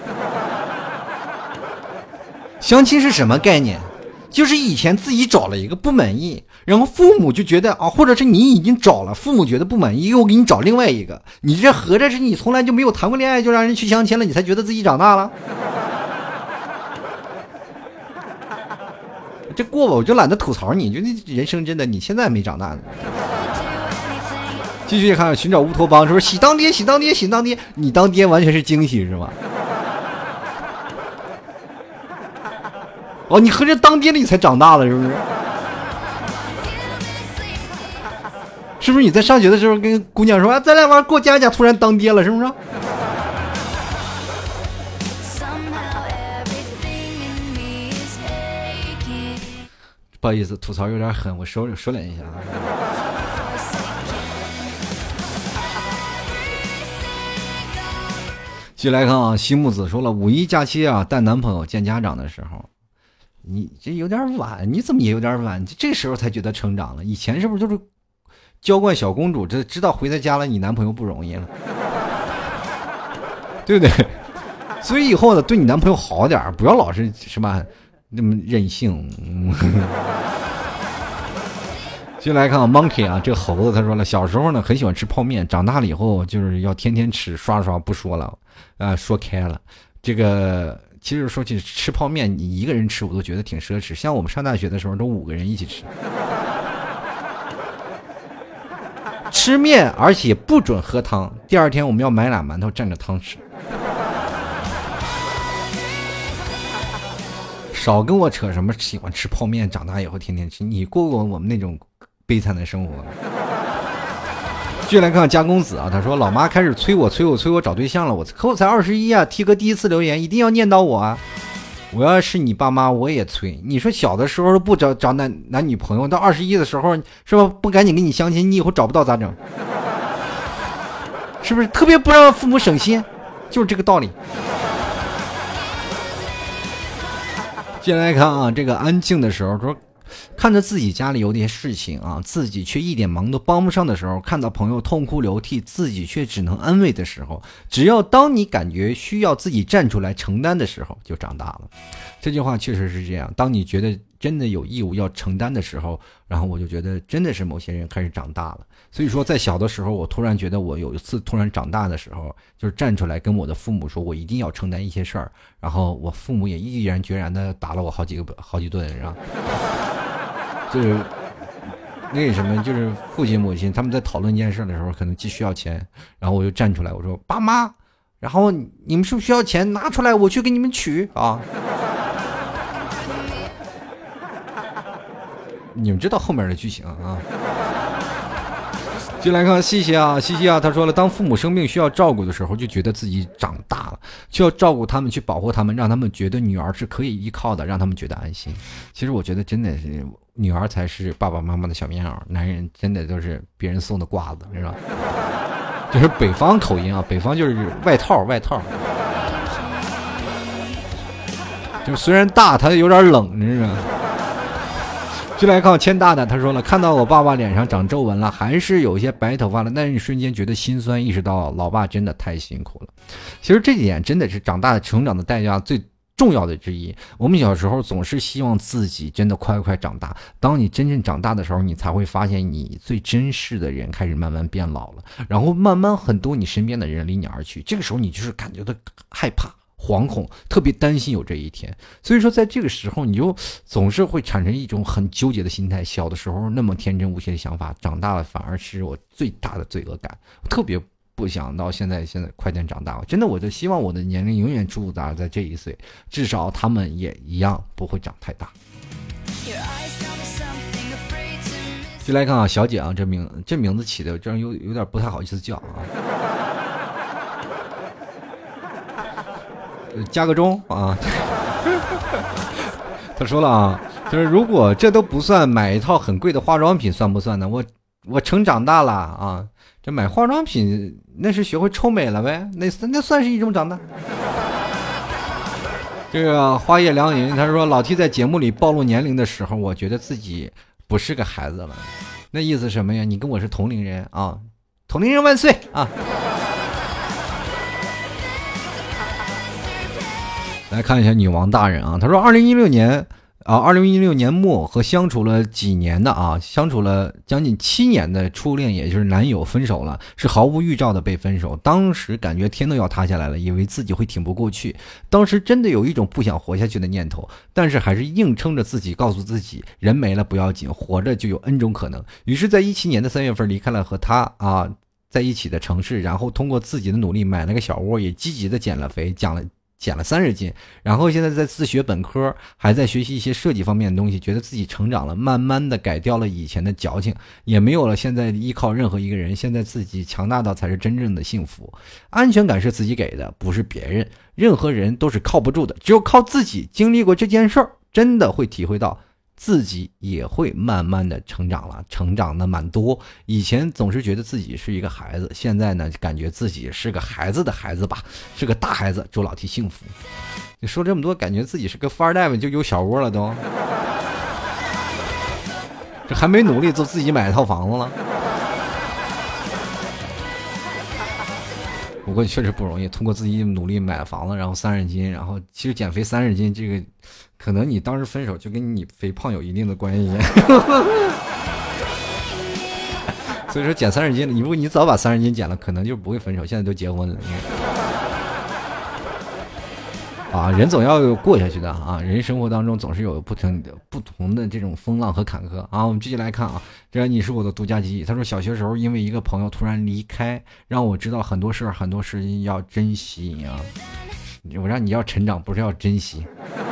相亲是什么概念？就是以前自己找了一个不满意，然后父母就觉得啊，或者是你已经找了，父母觉得不满意，又给你找另外一个，你这合着是你从来就没有谈过恋爱，就让人去相亲了，你才觉得自己长大了。这过吧，我就懒得吐槽你，就人生真的，你现在没长大呢。继续看寻找乌托邦，说喜当爹，喜当爹，喜当爹，你当爹完全是惊喜是吧？哦，你合着当爹了你才长大了是不是？是不是你在上学的时候跟姑娘说啊，咱俩玩过家家，突然当爹了，是不是？不好意思，吐槽有点狠，我收收敛一下啊。继续来看啊，西木子说了，五一假期啊，带男朋友见家长的时候。你这有点晚，你怎么也有点晚？这时候才觉得成长了。以前是不是就是娇惯小公主？这知道回到家了，你男朋友不容易了，对不对？所以以后呢，对你男朋友好点，不要老是什么那么任性。接来看啊 ，Monkey 啊，这个猴子他说了，小时候呢很喜欢吃泡面，长大了以后就是要天天吃，刷刷不说了，啊、呃，说开了，这个。其实说起吃泡面，你一个人吃我都觉得挺奢侈。像我们上大学的时候，都五个人一起吃，吃面，而且不准喝汤。第二天我们要买俩馒头蘸着汤吃。少跟我扯什么喜欢吃泡面，长大以后天天吃，你过过我们那种悲惨的生活。继续来看加公子啊，他说老妈开始催我催我催我找对象了，我可我才二十一啊！T 哥第一次留言一定要念叨我啊！我要是你爸妈我也催。你说小的时候不找找男男女朋友，到二十一的时候是吧？不赶紧给你相亲，你以后找不到咋整？是不是特别不让父母省心？就是这个道理。接下来看啊，这个安静的时候说。 看着自己家里有点事情啊，自己却一点忙都帮不上的时候，看到朋友痛哭流涕，自己却只能安慰的时候，只要当你感觉需要自己站出来承担的时候，就长大了。这句话确实是这样，当你觉得真的有义务要承担的时候，然后我就觉得真的是某些人开始长大了。所以说在小的时候，我突然觉得我有一次突然长大的时候，就是站出来跟我的父母说我一定要承担一些事儿，然后我父母也毅然决然的打了我好几个好几顿，然后就是那什么，就是父亲母亲他们在讨论一件事的时候可能急需要钱，然后我就站出来我说爸妈，然后你们是不是需要钱，拿出来我去给你们取啊。你们知道后面的剧情啊。就来看西西啊，西西啊，他说了，当父母生病需要照顾的时候，就觉得自己长大了，需要照顾他们，去保护他们，让他们觉得女儿是可以依靠的，让他们觉得安心。其实我觉得真的是女儿才是爸爸妈妈的小棉袄，男人真的都是别人送的褂子，是吧？就是北方口音啊，北方就是外套，外套。就虽然大，他有点冷，你知道吗？就来看谦大大，他说了，看到我爸爸脸上长皱纹了，还是有一些白头发了，但是瞬间觉得心酸，意识到老爸真的太辛苦了。其实这一点真的是长大的成长的代价最重要的之一。我们小时候总是希望自己真的快快长大，当你真正长大的时候，你才会发现你最珍视的人开始慢慢变老了，然后慢慢很多你身边的人离你而去，这个时候你就是感觉到害怕惶恐，特别担心有这一天。所以说在这个时候你就总是会产生一种很纠结的心态，小的时候那么天真无邪的想法，长大了反而是我最大的罪恶感。我特别不想到现在现在快点长大，真的我就希望我的年龄永远驻扎在这一岁，至少他们也一样不会长太大。就来看啊，小姐啊，这名这名字起的这样有有点不太好意思叫啊。加个钟啊。他说了啊，就是如果这都不算，买一套很贵的化妆品算不算呢？我我成长大了啊，这买化妆品那是学会臭美了呗，那那算是一种长大。这个花叶良银他说，老 T 在节目里暴露年龄的时候，我觉得自己不是个孩子了。那意思什么呀？你跟我是同龄人啊，同龄人万岁啊。来看一下女王大人啊，他说二零一六年啊，二零一六年末和相处了几年的啊，相处了将近七年的初恋，也就是男友分手了，是毫无预兆的被分手。当时感觉天都要塌下来了，以为自己会挺不过去，当时真的有一种不想活下去的念头，但是还是硬撑着自己，告诉自己人没了不要紧，活着就有 N 种可能。于是在一七年的三月份离开了和他啊在一起的城市，然后通过自己的努力买了个小窝，也积极的减了肥，讲了减了三十斤，然后现在在自学本科，还在学习一些设计方面的东西，觉得自己成长了，慢慢的改掉了以前的矫情，也没有了现在依靠任何一个人，现在自己强大到才是真正的幸福，安全感是自己给的，不是别人，任何人都是靠不住的，只有靠自己。经历过这件事儿，真的会体会到自己也会慢慢的成长了，成长的蛮多。以前总是觉得自己是一个孩子，现在呢感觉自己是个孩子的孩子吧，是个大孩子，祝老 T 幸福。你说这么多，感觉自己是个富二代吧，就有小窝了都。这还没努力就自己买一套房子了。不过确实不容易，通过自己努力买了房子，然后三十斤，然后其实减肥三十斤，这个可能你当时分手就跟你肥胖有一定的关系。所以说减三十斤，如果你早把三十斤减了，可能就不会分手，现在都结婚了。啊，人总要过下去的啊！人生活当中总是有不同的不同的这种风浪和坎坷啊！我们继续来看啊，这你是我的独家记忆。他说，小学时候因为一个朋友突然离开，让我知道很多事儿，很多事情要珍惜啊！我让你要成长，不是要珍惜。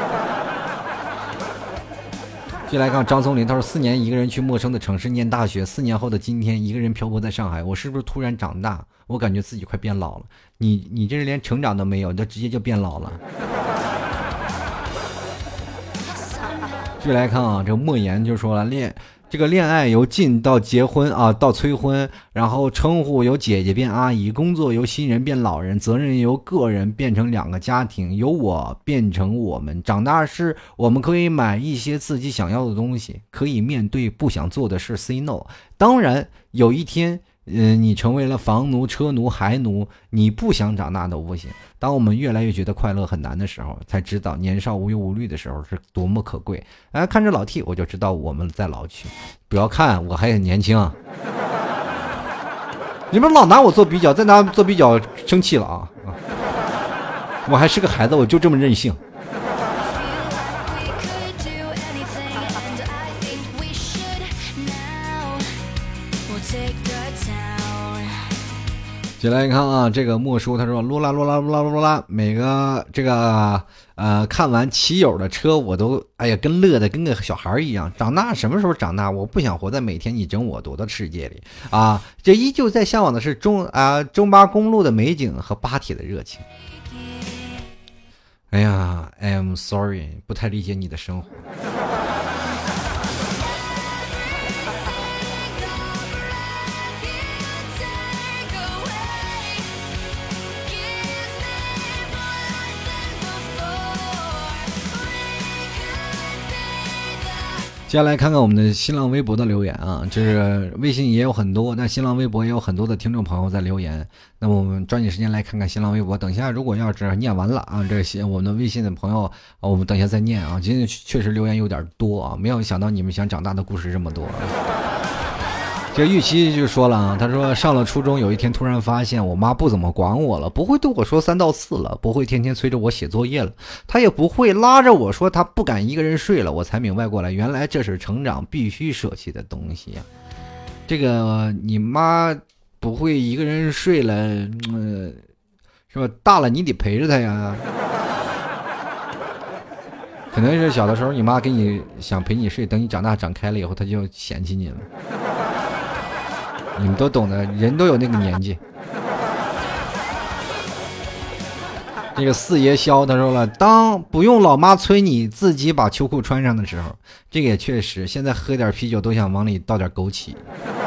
继续来看张松林，他说，四年一个人去陌生的城市念大学，四年后的今天，一个人漂泊在上海，我是不是突然长大？我感觉自己快变老了。你你这是连成长都没有，你就直接就变老了。继续来看啊，这个莫言就说了，恋这个恋爱由进到结婚啊，到催婚，然后称呼由姐姐变阿姨，工作由新人变老人，责任由个人变成两个家庭，由我变成我们。长大是我们可以买一些自己想要的东西，可以面对不想做的事 say no。当然有一天嗯、呃，你成为了房奴、车奴、孩奴，你不想长大都不行。当我们越来越觉得快乐很难的时候，才知道年少无忧无虑的时候是多么可贵。哎，看着老 T， 我就知道我们在老去。不要看我还很年轻啊，你们老拿我做比较，再拿做比较，生气了啊！我还是个孩子，我就这么任性。接下来看啊，这个莫叔他说噜啦噜啦噜啦噜啦，每个这个呃看完骑友的车，我都哎呀跟乐的跟个小孩一样。长大什么时候长大？我不想活在每天你整我夺的世界里啊！这依旧在向往的是中啊中巴公路的美景和巴铁的热情。哎呀 ，I'm sorry， 不太理解你的生活。接下来看看我们的新浪微博的留言啊，就是微信也有很多，那新浪微博也有很多的听众朋友在留言。那么我们抓紧时间来看看新浪微博，等一下如果要是念完了啊，这些我们的微信的朋友啊，我们等一下再念啊。今天确实留言有点多啊，没有想到你们想长大的故事这么多。这玉琪就说了啊，他说上了初中有一天突然发现我妈不怎么管我了，不会对我说三到四了，不会天天催着我写作业了，她也不会拉着我说她不敢一个人睡了，我才明白过来，原来这是成长必须舍弃的东西呀。这个你妈不会一个人睡了，呃，是吧？大了你得陪着她呀。可能是小的时候你妈给你想陪你睡，等你长大长开了以后，她就嫌弃你了。你们都懂的，人都有那个年纪。这个四爷肖他说了，当不用老妈催你自己把秋裤穿上的时候，这个也确实，现在喝点啤酒都想往里倒点枸杞。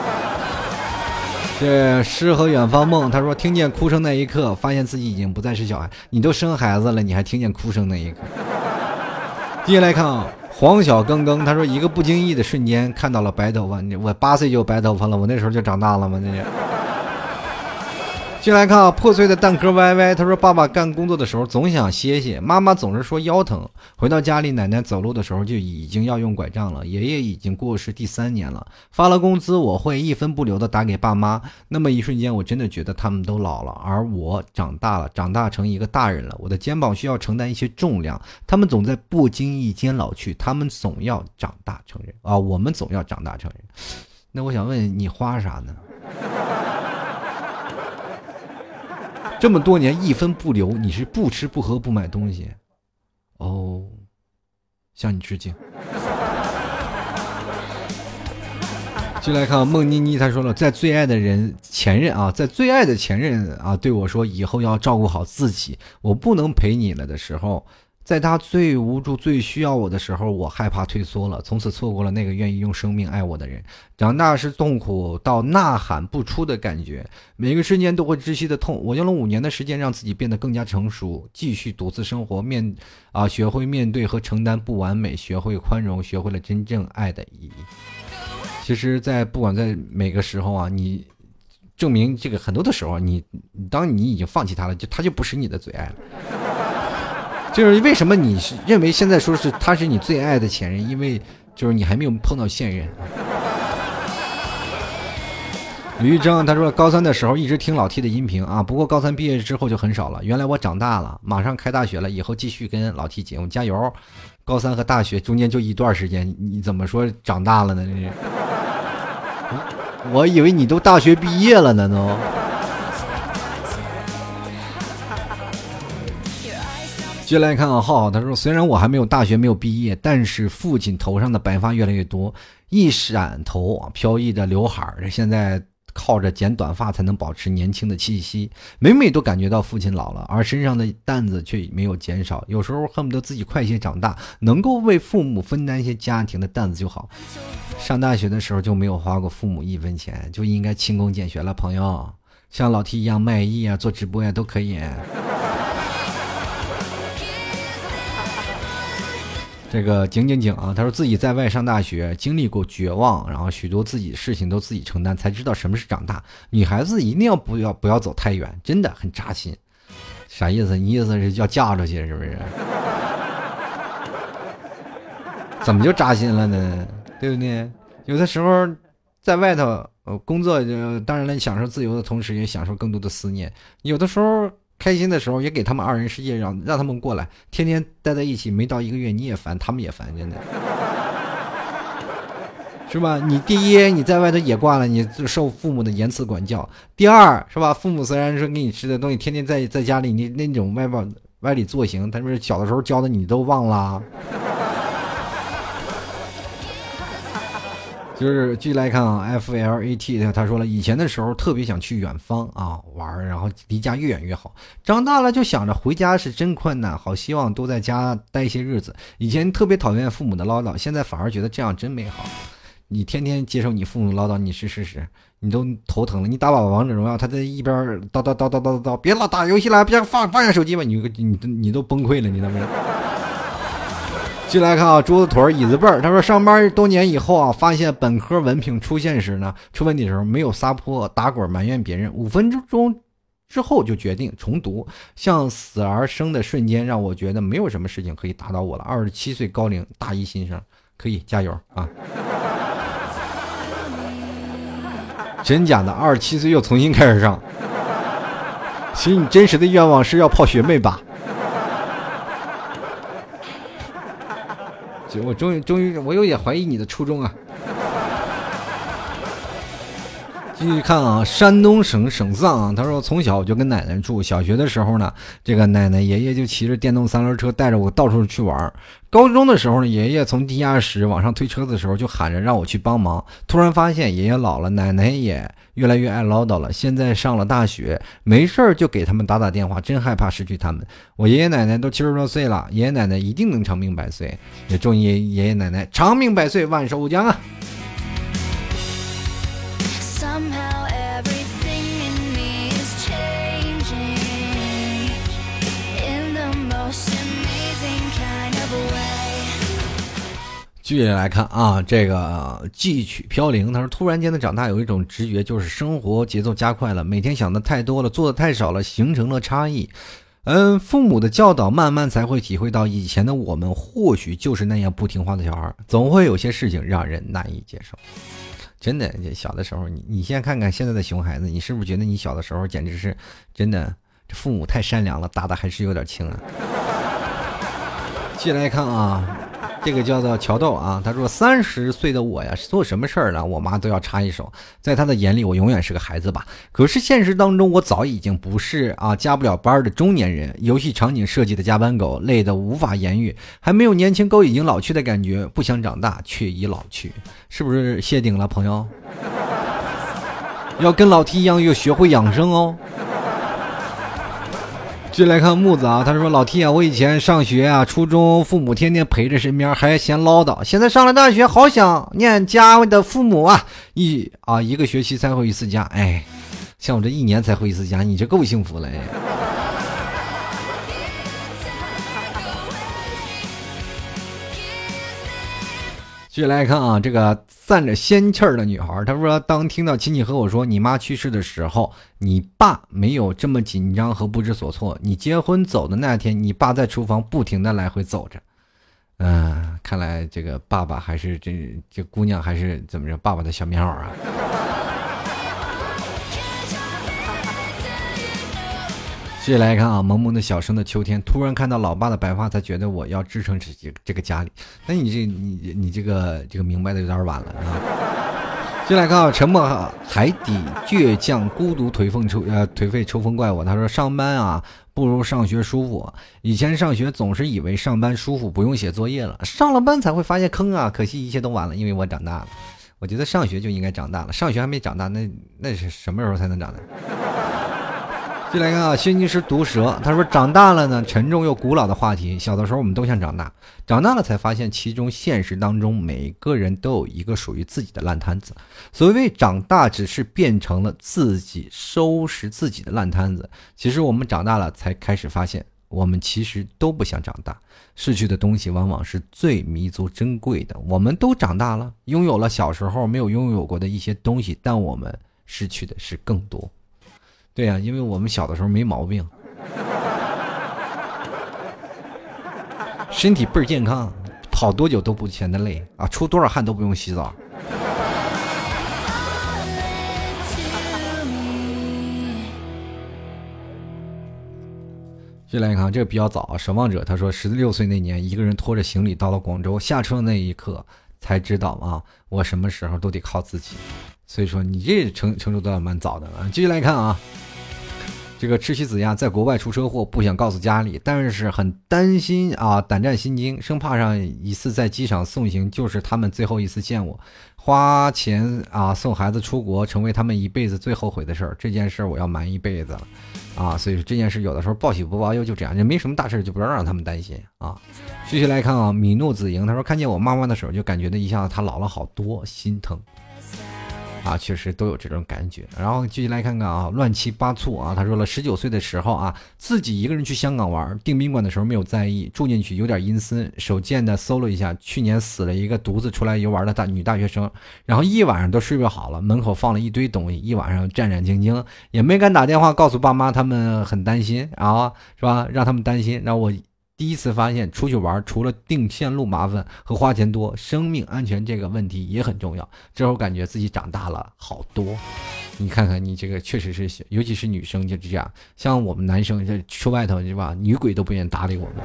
这诗和远方梦他说，听见哭声那一刻，发现自己已经不再是小孩。你都生孩子了，你还听见哭声那一刻？接下来看啊。黄小更更他说，一个不经意的瞬间看到了白头发，我八岁就有白头发了，我那时候就长大了吗？那是。进来看啊，破碎的蛋壳歪歪他说，爸爸干工作的时候总想歇歇，妈妈总是说腰疼，回到家里奶奶走路的时候就已经要用拐杖了，爷爷已经过世第三年了，发了工资我会一分不留的打给爸妈，那么一瞬间我真的觉得他们都老了，而我长大了，长大成一个大人了，我的肩膀需要承担一些重量，他们总在不经意间老去，他们总要长大成人啊，我们总要长大成人。那我想问你花啥呢？这么多年一分不留，你是不吃不喝不买东西哦，向你致敬。进来看孟妮妮，她说了，在最爱的人前任啊，在最爱的前任啊对我说，以后要照顾好自己，我不能陪你了的时候，在他最无助最需要我的时候，我害怕退缩了，从此错过了那个愿意用生命爱我的人。长大是痛苦到呐喊不出的感觉，每个瞬间都会窒息的痛。我用了五年的时间让自己变得更加成熟，继续独自生活，面啊，学会面对和承担不完美，学会宽容，学会了真正爱的意义。其实在不管在每个时候啊，你证明这个很多的时候，你当你已经放弃他了，就他就不是你的最爱了。就是为什么你是认为现在说是他是你最爱的前任，因为就是你还没有碰到现任。吕玉正他说，高三的时候一直听老 T 的音频啊，不过高三毕业之后就很少了，原来我长大了，马上开大学了，以后继续跟老 T 节目加油。高三和大学中间就一段时间，你怎么说长大了呢？这是我以为你都大学毕业了呢都。接来看啊，浩浩他说，虽然我还没有大学没有毕业，但是父亲头上的白发越来越多，一闪头飘逸的刘海儿，现在靠着剪短发才能保持年轻的气息，每每都感觉到父亲老了，而身上的担子却没有减少，有时候恨不得自己快些长大，能够为父母分担一些家庭的担子就好。上大学的时候就没有花过父母一分钱，就应该勤工俭学了，朋友，像老 T 一样卖艺啊，做直播呀、啊、都可以。这个景景景啊，他说自己在外上大学，经历过绝望，然后许多自己的事情都自己承担，才知道什么是长大。女孩子一定要不要不要走太远，真的很扎心。啥意思？你意思是要嫁出去是不是？怎么就扎心了呢？对不对？有的时候在外头呃工作，当然了，享受自由的同时，也享受更多的思念。有的时候开心的时候也给他们二人世界，让让他们过来，天天待在一起，没到一个月你也烦，他们也烦，真的是吧？你第一，你在外头也惯了，你受父母的严词管教；第二，是吧？父母虽然说给你吃的东西，天天在在家里，你那种外外歪理作行，他们小的时候教的你都忘了。就是继续来看啊 ，F L A T 他说了，以前的时候特别想去远方啊玩，然后离家越远越好。长大了就想着回家是真困难，好希望多在家待一些日子。以前特别讨厌父母的唠叨，现在反而觉得这样真美好。你天天接受你父母唠叨，你是事实，你都头疼了。你打把王者荣耀，他在一边叨叨叨叨叨叨，别老打游戏了，别放放下手机吧，你你你都崩溃了，你知道吗？进来看啊，桌子腿椅子背儿。他说上班多年以后啊，发现本科文凭出现时呢，出问题的时候没有撒泼打滚埋怨别人，五分钟之后就决定重读。像死而生的瞬间，让我觉得没有什么事情可以打倒我了。二十七岁高龄，大一新生，可以加油啊！真假的？二十七岁又重新开始上？其实你真实的愿望是要泡学妹吧？我终于终于我有点怀疑你的初衷啊。继续看啊，山东省省藏啊，他说从小我就跟奶奶住，小学的时候呢，这个奶奶爷爷就骑着电动三轮车带着我到处去玩。高中的时候呢，爷爷从地下室往上推车子的时候就喊着让我去帮忙。突然发现爷爷老了，奶奶也越来越爱唠叨了。现在上了大学，没事儿就给他们打打电话，真害怕失去他们。我爷爷奶奶都七十多岁了，爷爷奶奶一定能长命百岁，也祝爷爷爷奶奶长命百岁，万寿无疆啊！继续来看啊，这个寄曲飘零，他说突然间的长大有一种直觉，就是生活节奏加快了，每天想的太多了，做的太少了，形成了差异。嗯，父母的教导慢慢才会体会到，以前的我们或许就是那样不听话的小孩，总会有些事情让人难以接受。真的，小的时候你你现在看看现在的熊孩子，你是不是觉得你小的时候简直是真的，这父母太善良了，打的还是有点轻啊。继续来看啊，这个叫做乔豆啊，他说三十岁的我呀，做什么事儿呢，我妈都要插一手，在他的眼里我永远是个孩子吧。可是现实当中我早已经不是啊加不了班的中年人，游戏场景设计的加班狗，累得无法言喻，还没有年轻狗已经老去的感觉，不想长大却已老去，是不是谢顶了朋友？要跟老 T 一样要学会养生哦。继续来看木子啊，他说老 T 啊，我以前上学啊，初中父母天天陪着身边，还嫌唠叨，现在上了大学，好想念家的父母啊，一啊一个学期才回一次家，哎，像我这一年才回一次家，你这够幸福了哎。继续来看啊，这个散着仙气儿的女孩，她说当听到亲戚和我说你妈去世的时候，你爸没有这么紧张和不知所措，你结婚走的那天，你爸在厨房不停的来回走着。嗯、呃，看来这个爸爸还是这这姑娘还是怎么着，爸爸的小棉袄啊。接下来看啊，萌萌的小生的秋天，突然看到老爸的白发，才觉得我要支撑这这个家里。那你这你你这个这个明白的有点晚了啊。接下来看啊，沉默海底倔强孤独颓风抽呃颓废抽风怪我，他说上班啊不如上学舒服。以前上学总是以为上班舒服，不用写作业了，上了班才会发现坑啊，可惜一切都晚了，因为我长大了。 我觉得上学就应该长大了，上学还没长大，那那是什么时候才能长大？就来看啊，薛金石毒舌，他说长大了呢，沉重又古老的话题。小的时候我们都想长大，长大了才发现其中现实当中每个人都有一个属于自己的烂摊子。所谓长大，只是变成了自己收拾自己的烂摊子。其实我们长大了才开始发现，我们其实都不想长大。失去的东西往往是最弥足珍贵的。我们都长大了，拥有了小时候没有拥有过的一些东西，但我们失去的是更多。对呀、啊，因为我们小的时候没毛病，身体倍儿健康，跑多久都不嫌得累啊，出多少汗都不用洗澡。就来看这个比较早，守望者他说，十六岁那年，一个人拖着行李到了广州，下车的那一刻才知道啊，我什么时候都得靠自己。所以说你这成成熟的蛮早的了。继续来看啊，这个赤西子亚在国外出车祸，不想告诉家里，但是很担心啊，胆战心惊，生怕上一次在机场送行就是他们最后一次见我，花钱啊送孩子出国成为他们一辈子最后悔的事儿。这件事我要瞒一辈子了啊，所以说这件事有的时候报喜不报忧，就这样，就没什么大事就不要让他们担心啊。继续来看啊，米诺子莹他说，看见我妈妈的时候就感觉到一下子她老了好多，心疼。啊，确实都有这种感觉。然后继续来看看啊，乱七八醋啊，他说了，十九岁的时候啊，自己一个人去香港玩，订宾馆的时候没有在意，住进去有点阴森，手贱的搜了一下，去年死了一个独自出来游玩的大女大学生，然后一晚上都睡不好了，门口放了一堆东西，一晚上战战兢兢，也没敢打电话告诉爸妈，他们很担心啊，是吧？让他们担心。然后我第一次发现出去玩除了定线路麻烦和花钱多，生命安全这个问题也很重要。之后感觉自己长大了好多。你看看你这个确实是，尤其是女生就是这样，像我们男生这出外头是吧，女鬼都不愿意搭理我们。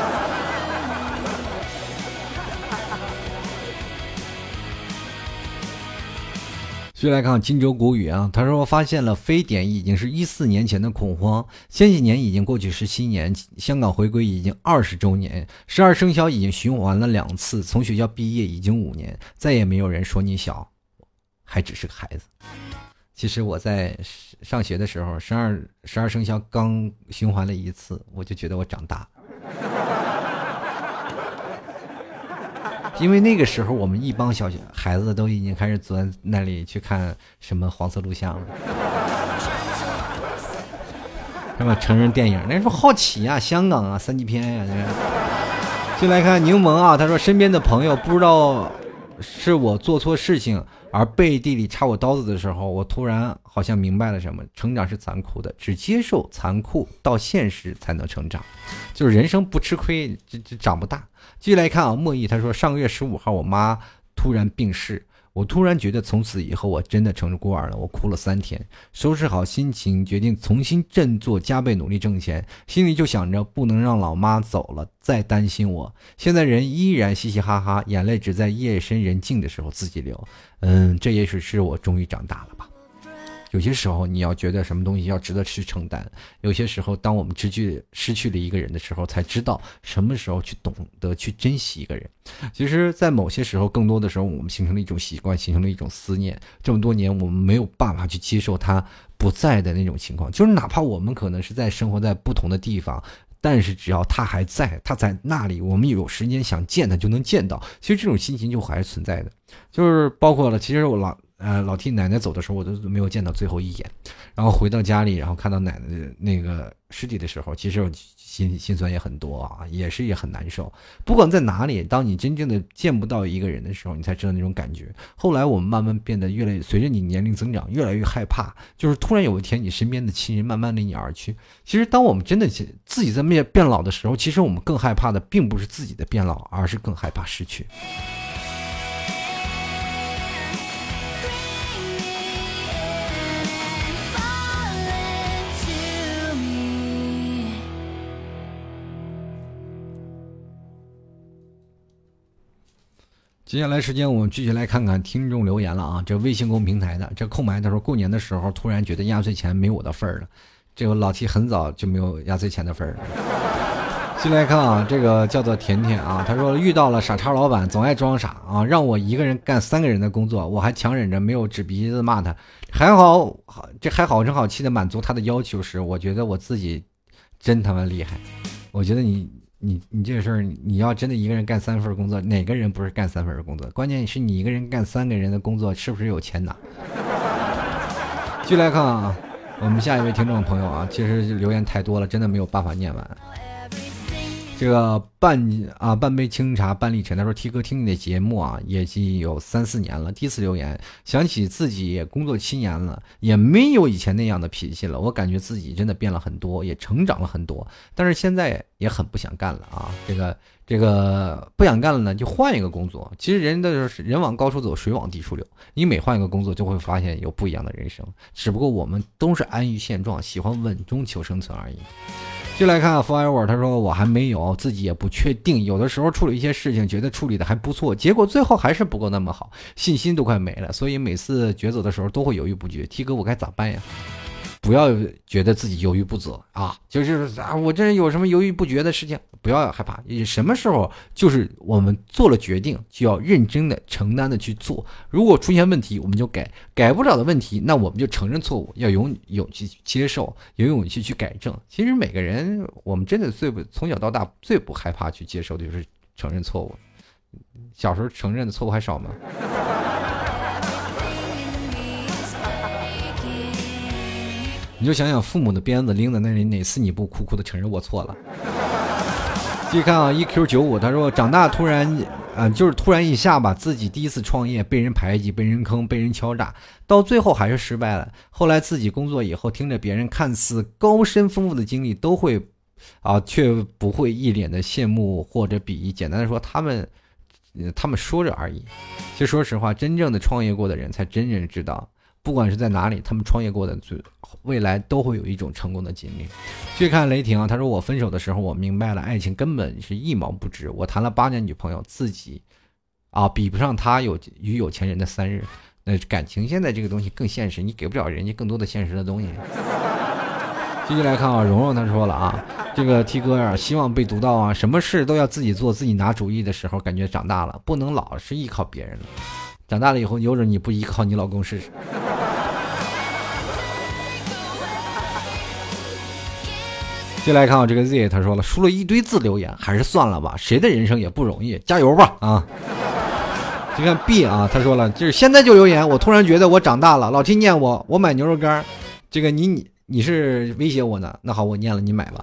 继续来看荆州古语啊，他说我发现了非典已经是一四年前的恐慌，千禧年已经过去十七年，香港回归已经二十周年，十二生肖已经循环了两次，从学校毕业已经五年，再也没有人说你小，还只是个孩子。其实我在上学的时候，十二十二生肖刚循环了一次，我就觉得我长大了。因为那个时候我们一帮小孩子都已经开始坐在那里去看什么黄色录像了，是吧？成人电影那时候好奇啊，香港啊，三级片呀、啊。就来看柠檬啊，他说身边的朋友不知道是我做错事情而背地里插我刀子的时候，我突然好像明白了什么，成长是残酷的，只接受残酷到现实才能成长，就是人生不吃亏这这长不大。继续来看啊，莫毅他说上个月十五号我妈突然病逝，我突然觉得从此以后我真的成孤儿了，我哭了三天，收拾好心情决定重新振作，加倍努力挣钱，心里就想着不能让老妈走了再担心我。现在人依然嘻嘻哈哈，眼泪只在夜深人静的时候自己流。嗯，这也许是我终于长大了吧。有些时候你要觉得什么东西要值得去承担，有些时候当我们失去失去了一个人的时候，才知道什么时候去懂得去珍惜一个人。其实在某些时候，更多的时候我们形成了一种习惯，形成了一种思念，这么多年我们没有办法去接受他不在的那种情况，就是哪怕我们可能是在生活在不同的地方，但是只要他还在，他在那里，我们有时间想见他就能见到，其实这种心情就还是存在的。就是包括了，其实我老呃老替奶奶走的时候，我都没有见到最后一眼，然后回到家里，然后看到奶奶的那个尸体的时候，其实我心心酸也很多啊，也是也很难受。不管在哪里，当你真正的见不到一个人的时候，你才知道那种感觉。后来我们慢慢变得越来越，随着你年龄增长，越来越害怕，就是突然有一天你身边的亲人慢慢离你而去。其实当我们真的自己在变变老的时候，其实我们更害怕的并不是自己的变老，而是更害怕失去。接下来时间我们继续来看看听众留言了啊，这微信公平台的这空白的说，过年的时候突然觉得压岁钱没我的份儿了，这个老 T 很早就没有压岁钱的份儿了。 进来看啊，这个叫做甜甜啊，他说遇到了傻叉老板，总爱装傻啊，让我一个人干三个人的工作，我还强忍着没有指鼻子骂他，还好，这还好声好气的满足他的要求时，我觉得我自己真他妈厉害。我觉得你你你这个事儿，你要真的一个人干三份工作，哪个人不是干三份工作？关键是你一个人干三个人的工作，是不是有钱拿？继续来看啊，我们下一位听众朋友啊，其实留言太多了，真的没有办法念完。这个半啊半杯清茶半粒尘，他说 T 哥听你的节目啊，也已经有三四年了。第一次留言，想起自己也工作七年了，也没有以前那样的脾气了。我感觉自己真的变了很多，也成长了很多，但是现在也很不想干了啊。这个这个不想干了呢，就换一个工作。其实人的人往高处走，水往低处流。你每换一个工作，就会发现有不一样的人生。只不过我们都是安于现状，喜欢稳中求生存而已。就来看 Forever， 他说我还没有，自己也不确定，有的时候处理一些事情觉得处理的还不错，结果最后还是不够那么好，信心都快没了，所以每次抉择的时候都会犹豫不决。T 哥我该咋办呀？不要觉得自己犹豫不决啊，就是啊，我这人有什么犹豫不决的事情，不要害怕。什么时候就是我们做了决定，就要认真的、承担的去做。如果出现问题，我们就改；改不了的问题，那我们就承认错误，要有勇气去接受，有勇气去改正。其实每个人，我们真的最不从小到大最不害怕去接受的就是承认错误。小时候承认的错误还少吗？你就想想父母的鞭子拎在那里，哪次你不哭哭的承认我错了？继续看啊 ，E Q 九五，他说长大突然，呃，就是突然一下吧，自己第一次创业，被人排挤，被人坑，被人敲诈，到最后还是失败了。后来自己工作以后，听着别人看似高深丰富的经历，都会啊，却不会一脸的羡慕或者鄙夷。简单的说，他们，呃、他们说着而已。其实说实话，真正的创业过的人，才真正知道。不管是在哪里，他们创业过的未来都会有一种成功的经历。去看雷霆啊，他说我分手的时候，我明白了，爱情根本是一毛不值。我谈了八年女朋友，自己啊比不上他有与有钱人的三日。那感情现在这个东西更现实，你给不了人家更多的现实的东西。继续来看啊，蓉蓉他说了啊，这个 T 哥啊，希望被读到啊，什么事都要自己做，自己拿主意的时候，感觉长大了，不能老是依靠别人了。长大了以后，有种你不依靠你老公试试。接来看我这个 Z， 他说了，输了一堆字留言，还是算了吧，谁的人生也不容易，加油吧啊！就看 B 啊，他说了，就是现在就留言，我突然觉得我长大了，老 T 念我，我买牛肉干，这个你你你是威胁我呢？那好，我念了，你买吧。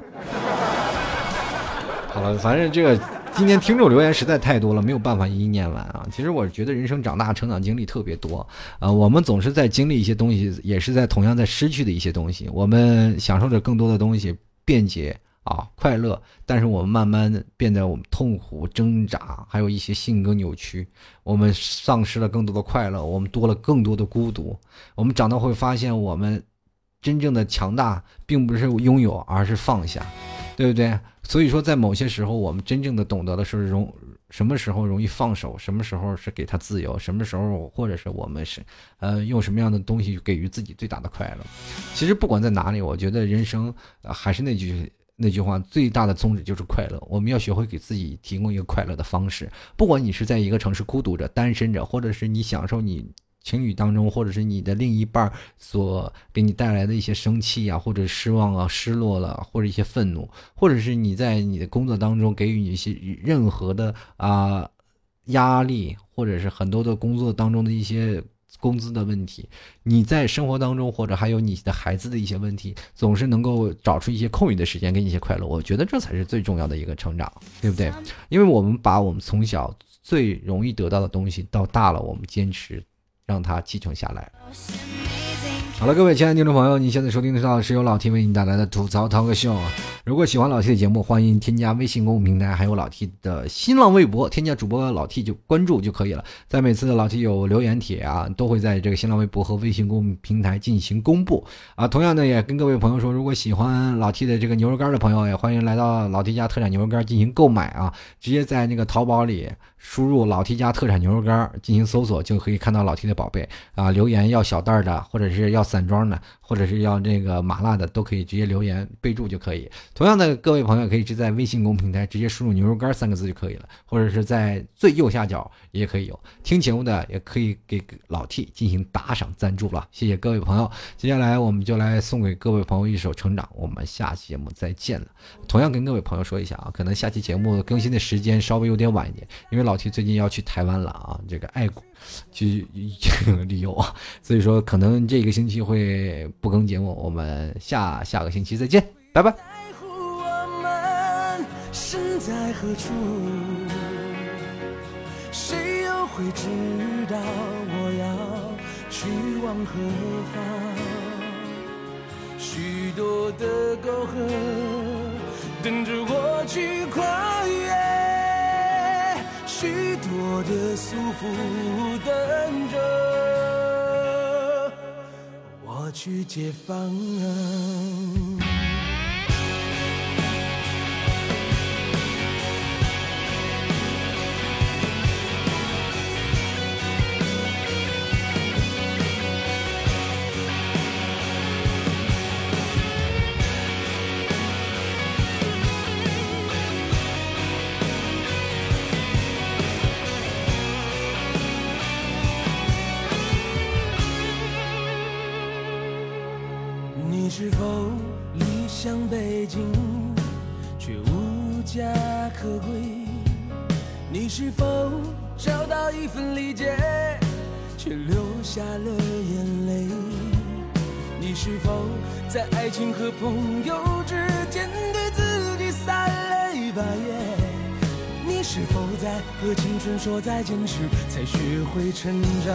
好了，反正这个今天听众留言实在太多了，没有办法一一念完啊。其实我觉得人生长大成长经历特别多啊、呃，我们总是在经历一些东西，也是在同样在失去的一些东西，我们享受着更多的东西。便捷啊，快乐，但是我们慢慢的变得我们痛苦挣扎，还有一些性格扭曲，我们丧失了更多的快乐，我们多了更多的孤独。我们长大会发现，我们真正的强大并不是拥有，而是放下，对不对？所以说在某些时候，我们真正的懂得的是容什么时候容易放手，什么时候是给他自由，什么时候或者是我们是呃用什么样的东西给予自己最大的快乐。其实不管在哪里，我觉得人生、呃、还是那句那句话，最大的宗旨就是快乐。我们要学会给自己提供一个快乐的方式，不管你是在一个城市孤独着单身着，或者是你享受你情侣当中，或者是你的另一半所给你带来的一些生气啊，或者失望啊、失落了，或者一些愤怒，或者是你在你的工作当中给予你一些任何的啊、呃、压力，或者是很多的工作当中的一些工资的问题，你在生活当中或者还有你的孩子的一些问题，总是能够找出一些空余的时间给你一些快乐，我觉得这才是最重要的一个成长，对不对？因为我们把我们从小最容易得到的东西，到大了我们坚持让它继承下来。好了，各位亲爱的听众朋友，你现在收听的是由老 T 为你带来的吐槽涛哥秀。如果喜欢老 T 的节目，欢迎添加微信公众平台，还有老 T 的新浪微博，添加主播老 T 就关注就可以了。在每次的老 T 有留言帖啊，都会在这个新浪微博和微信公众平台进行公布啊。同样的，也跟各位朋友说，如果喜欢老 T 的这个牛肉干的朋友，也欢迎来到老 T 家特产牛肉干进行购买啊。直接在那个淘宝里输入老 T 家特产牛肉干进行搜索，就可以看到老 T 的宝贝啊。留言要小袋的，或者是要散装的，或者是要这个麻辣的，都可以直接留言备注就可以。同样的，各位朋友可以是在微信公平台直接输入牛肉干三个字就可以了，或者是在最右下角也可以有。听节目的也可以给老 T 进行打赏赞助了，谢谢各位朋友。接下来我们就来送给各位朋友一首《成长》，我们下期节目再见了。同样跟各位朋友说一下啊，可能下期节目更新的时间稍微有点晚一点，因为老 T 最近要去台湾了啊，这个爱国去这个旅游啊，所以说可能这个星期会不更节目，我们下下个星期再见，拜拜。 我们身在何处，谁又会知道我要去往何方？许多的沟壑等着我去跨越，许多的束缚等着我去解放。你是否理想北京，却无家可归？你是否找到一份理解，却流下了眼泪？你是否在爱情和朋友之间对自己撒了一把盐？你是否在和青春说再见时才学会成长？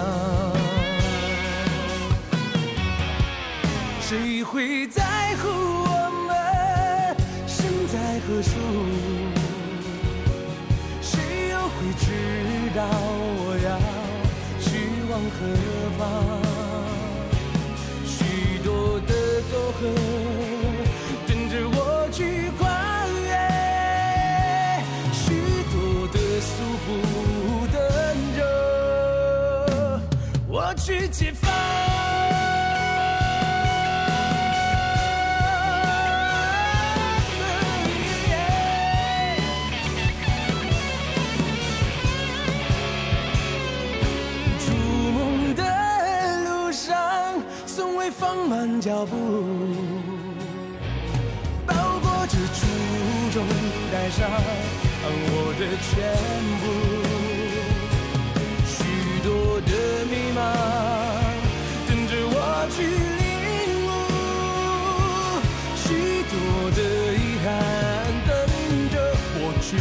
谁会在乎我们身在何处？谁又会知道我要去往何方？许多的沟壑等着我去跨越，许多的束缚等着我去解放。放慢脚步，包裹着初衷，带上我的全部。许多的迷茫等着我去领悟，许多的遗憾等着我去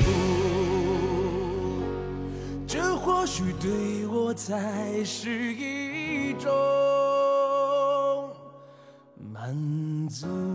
弥补。这或许对我才是一种满足。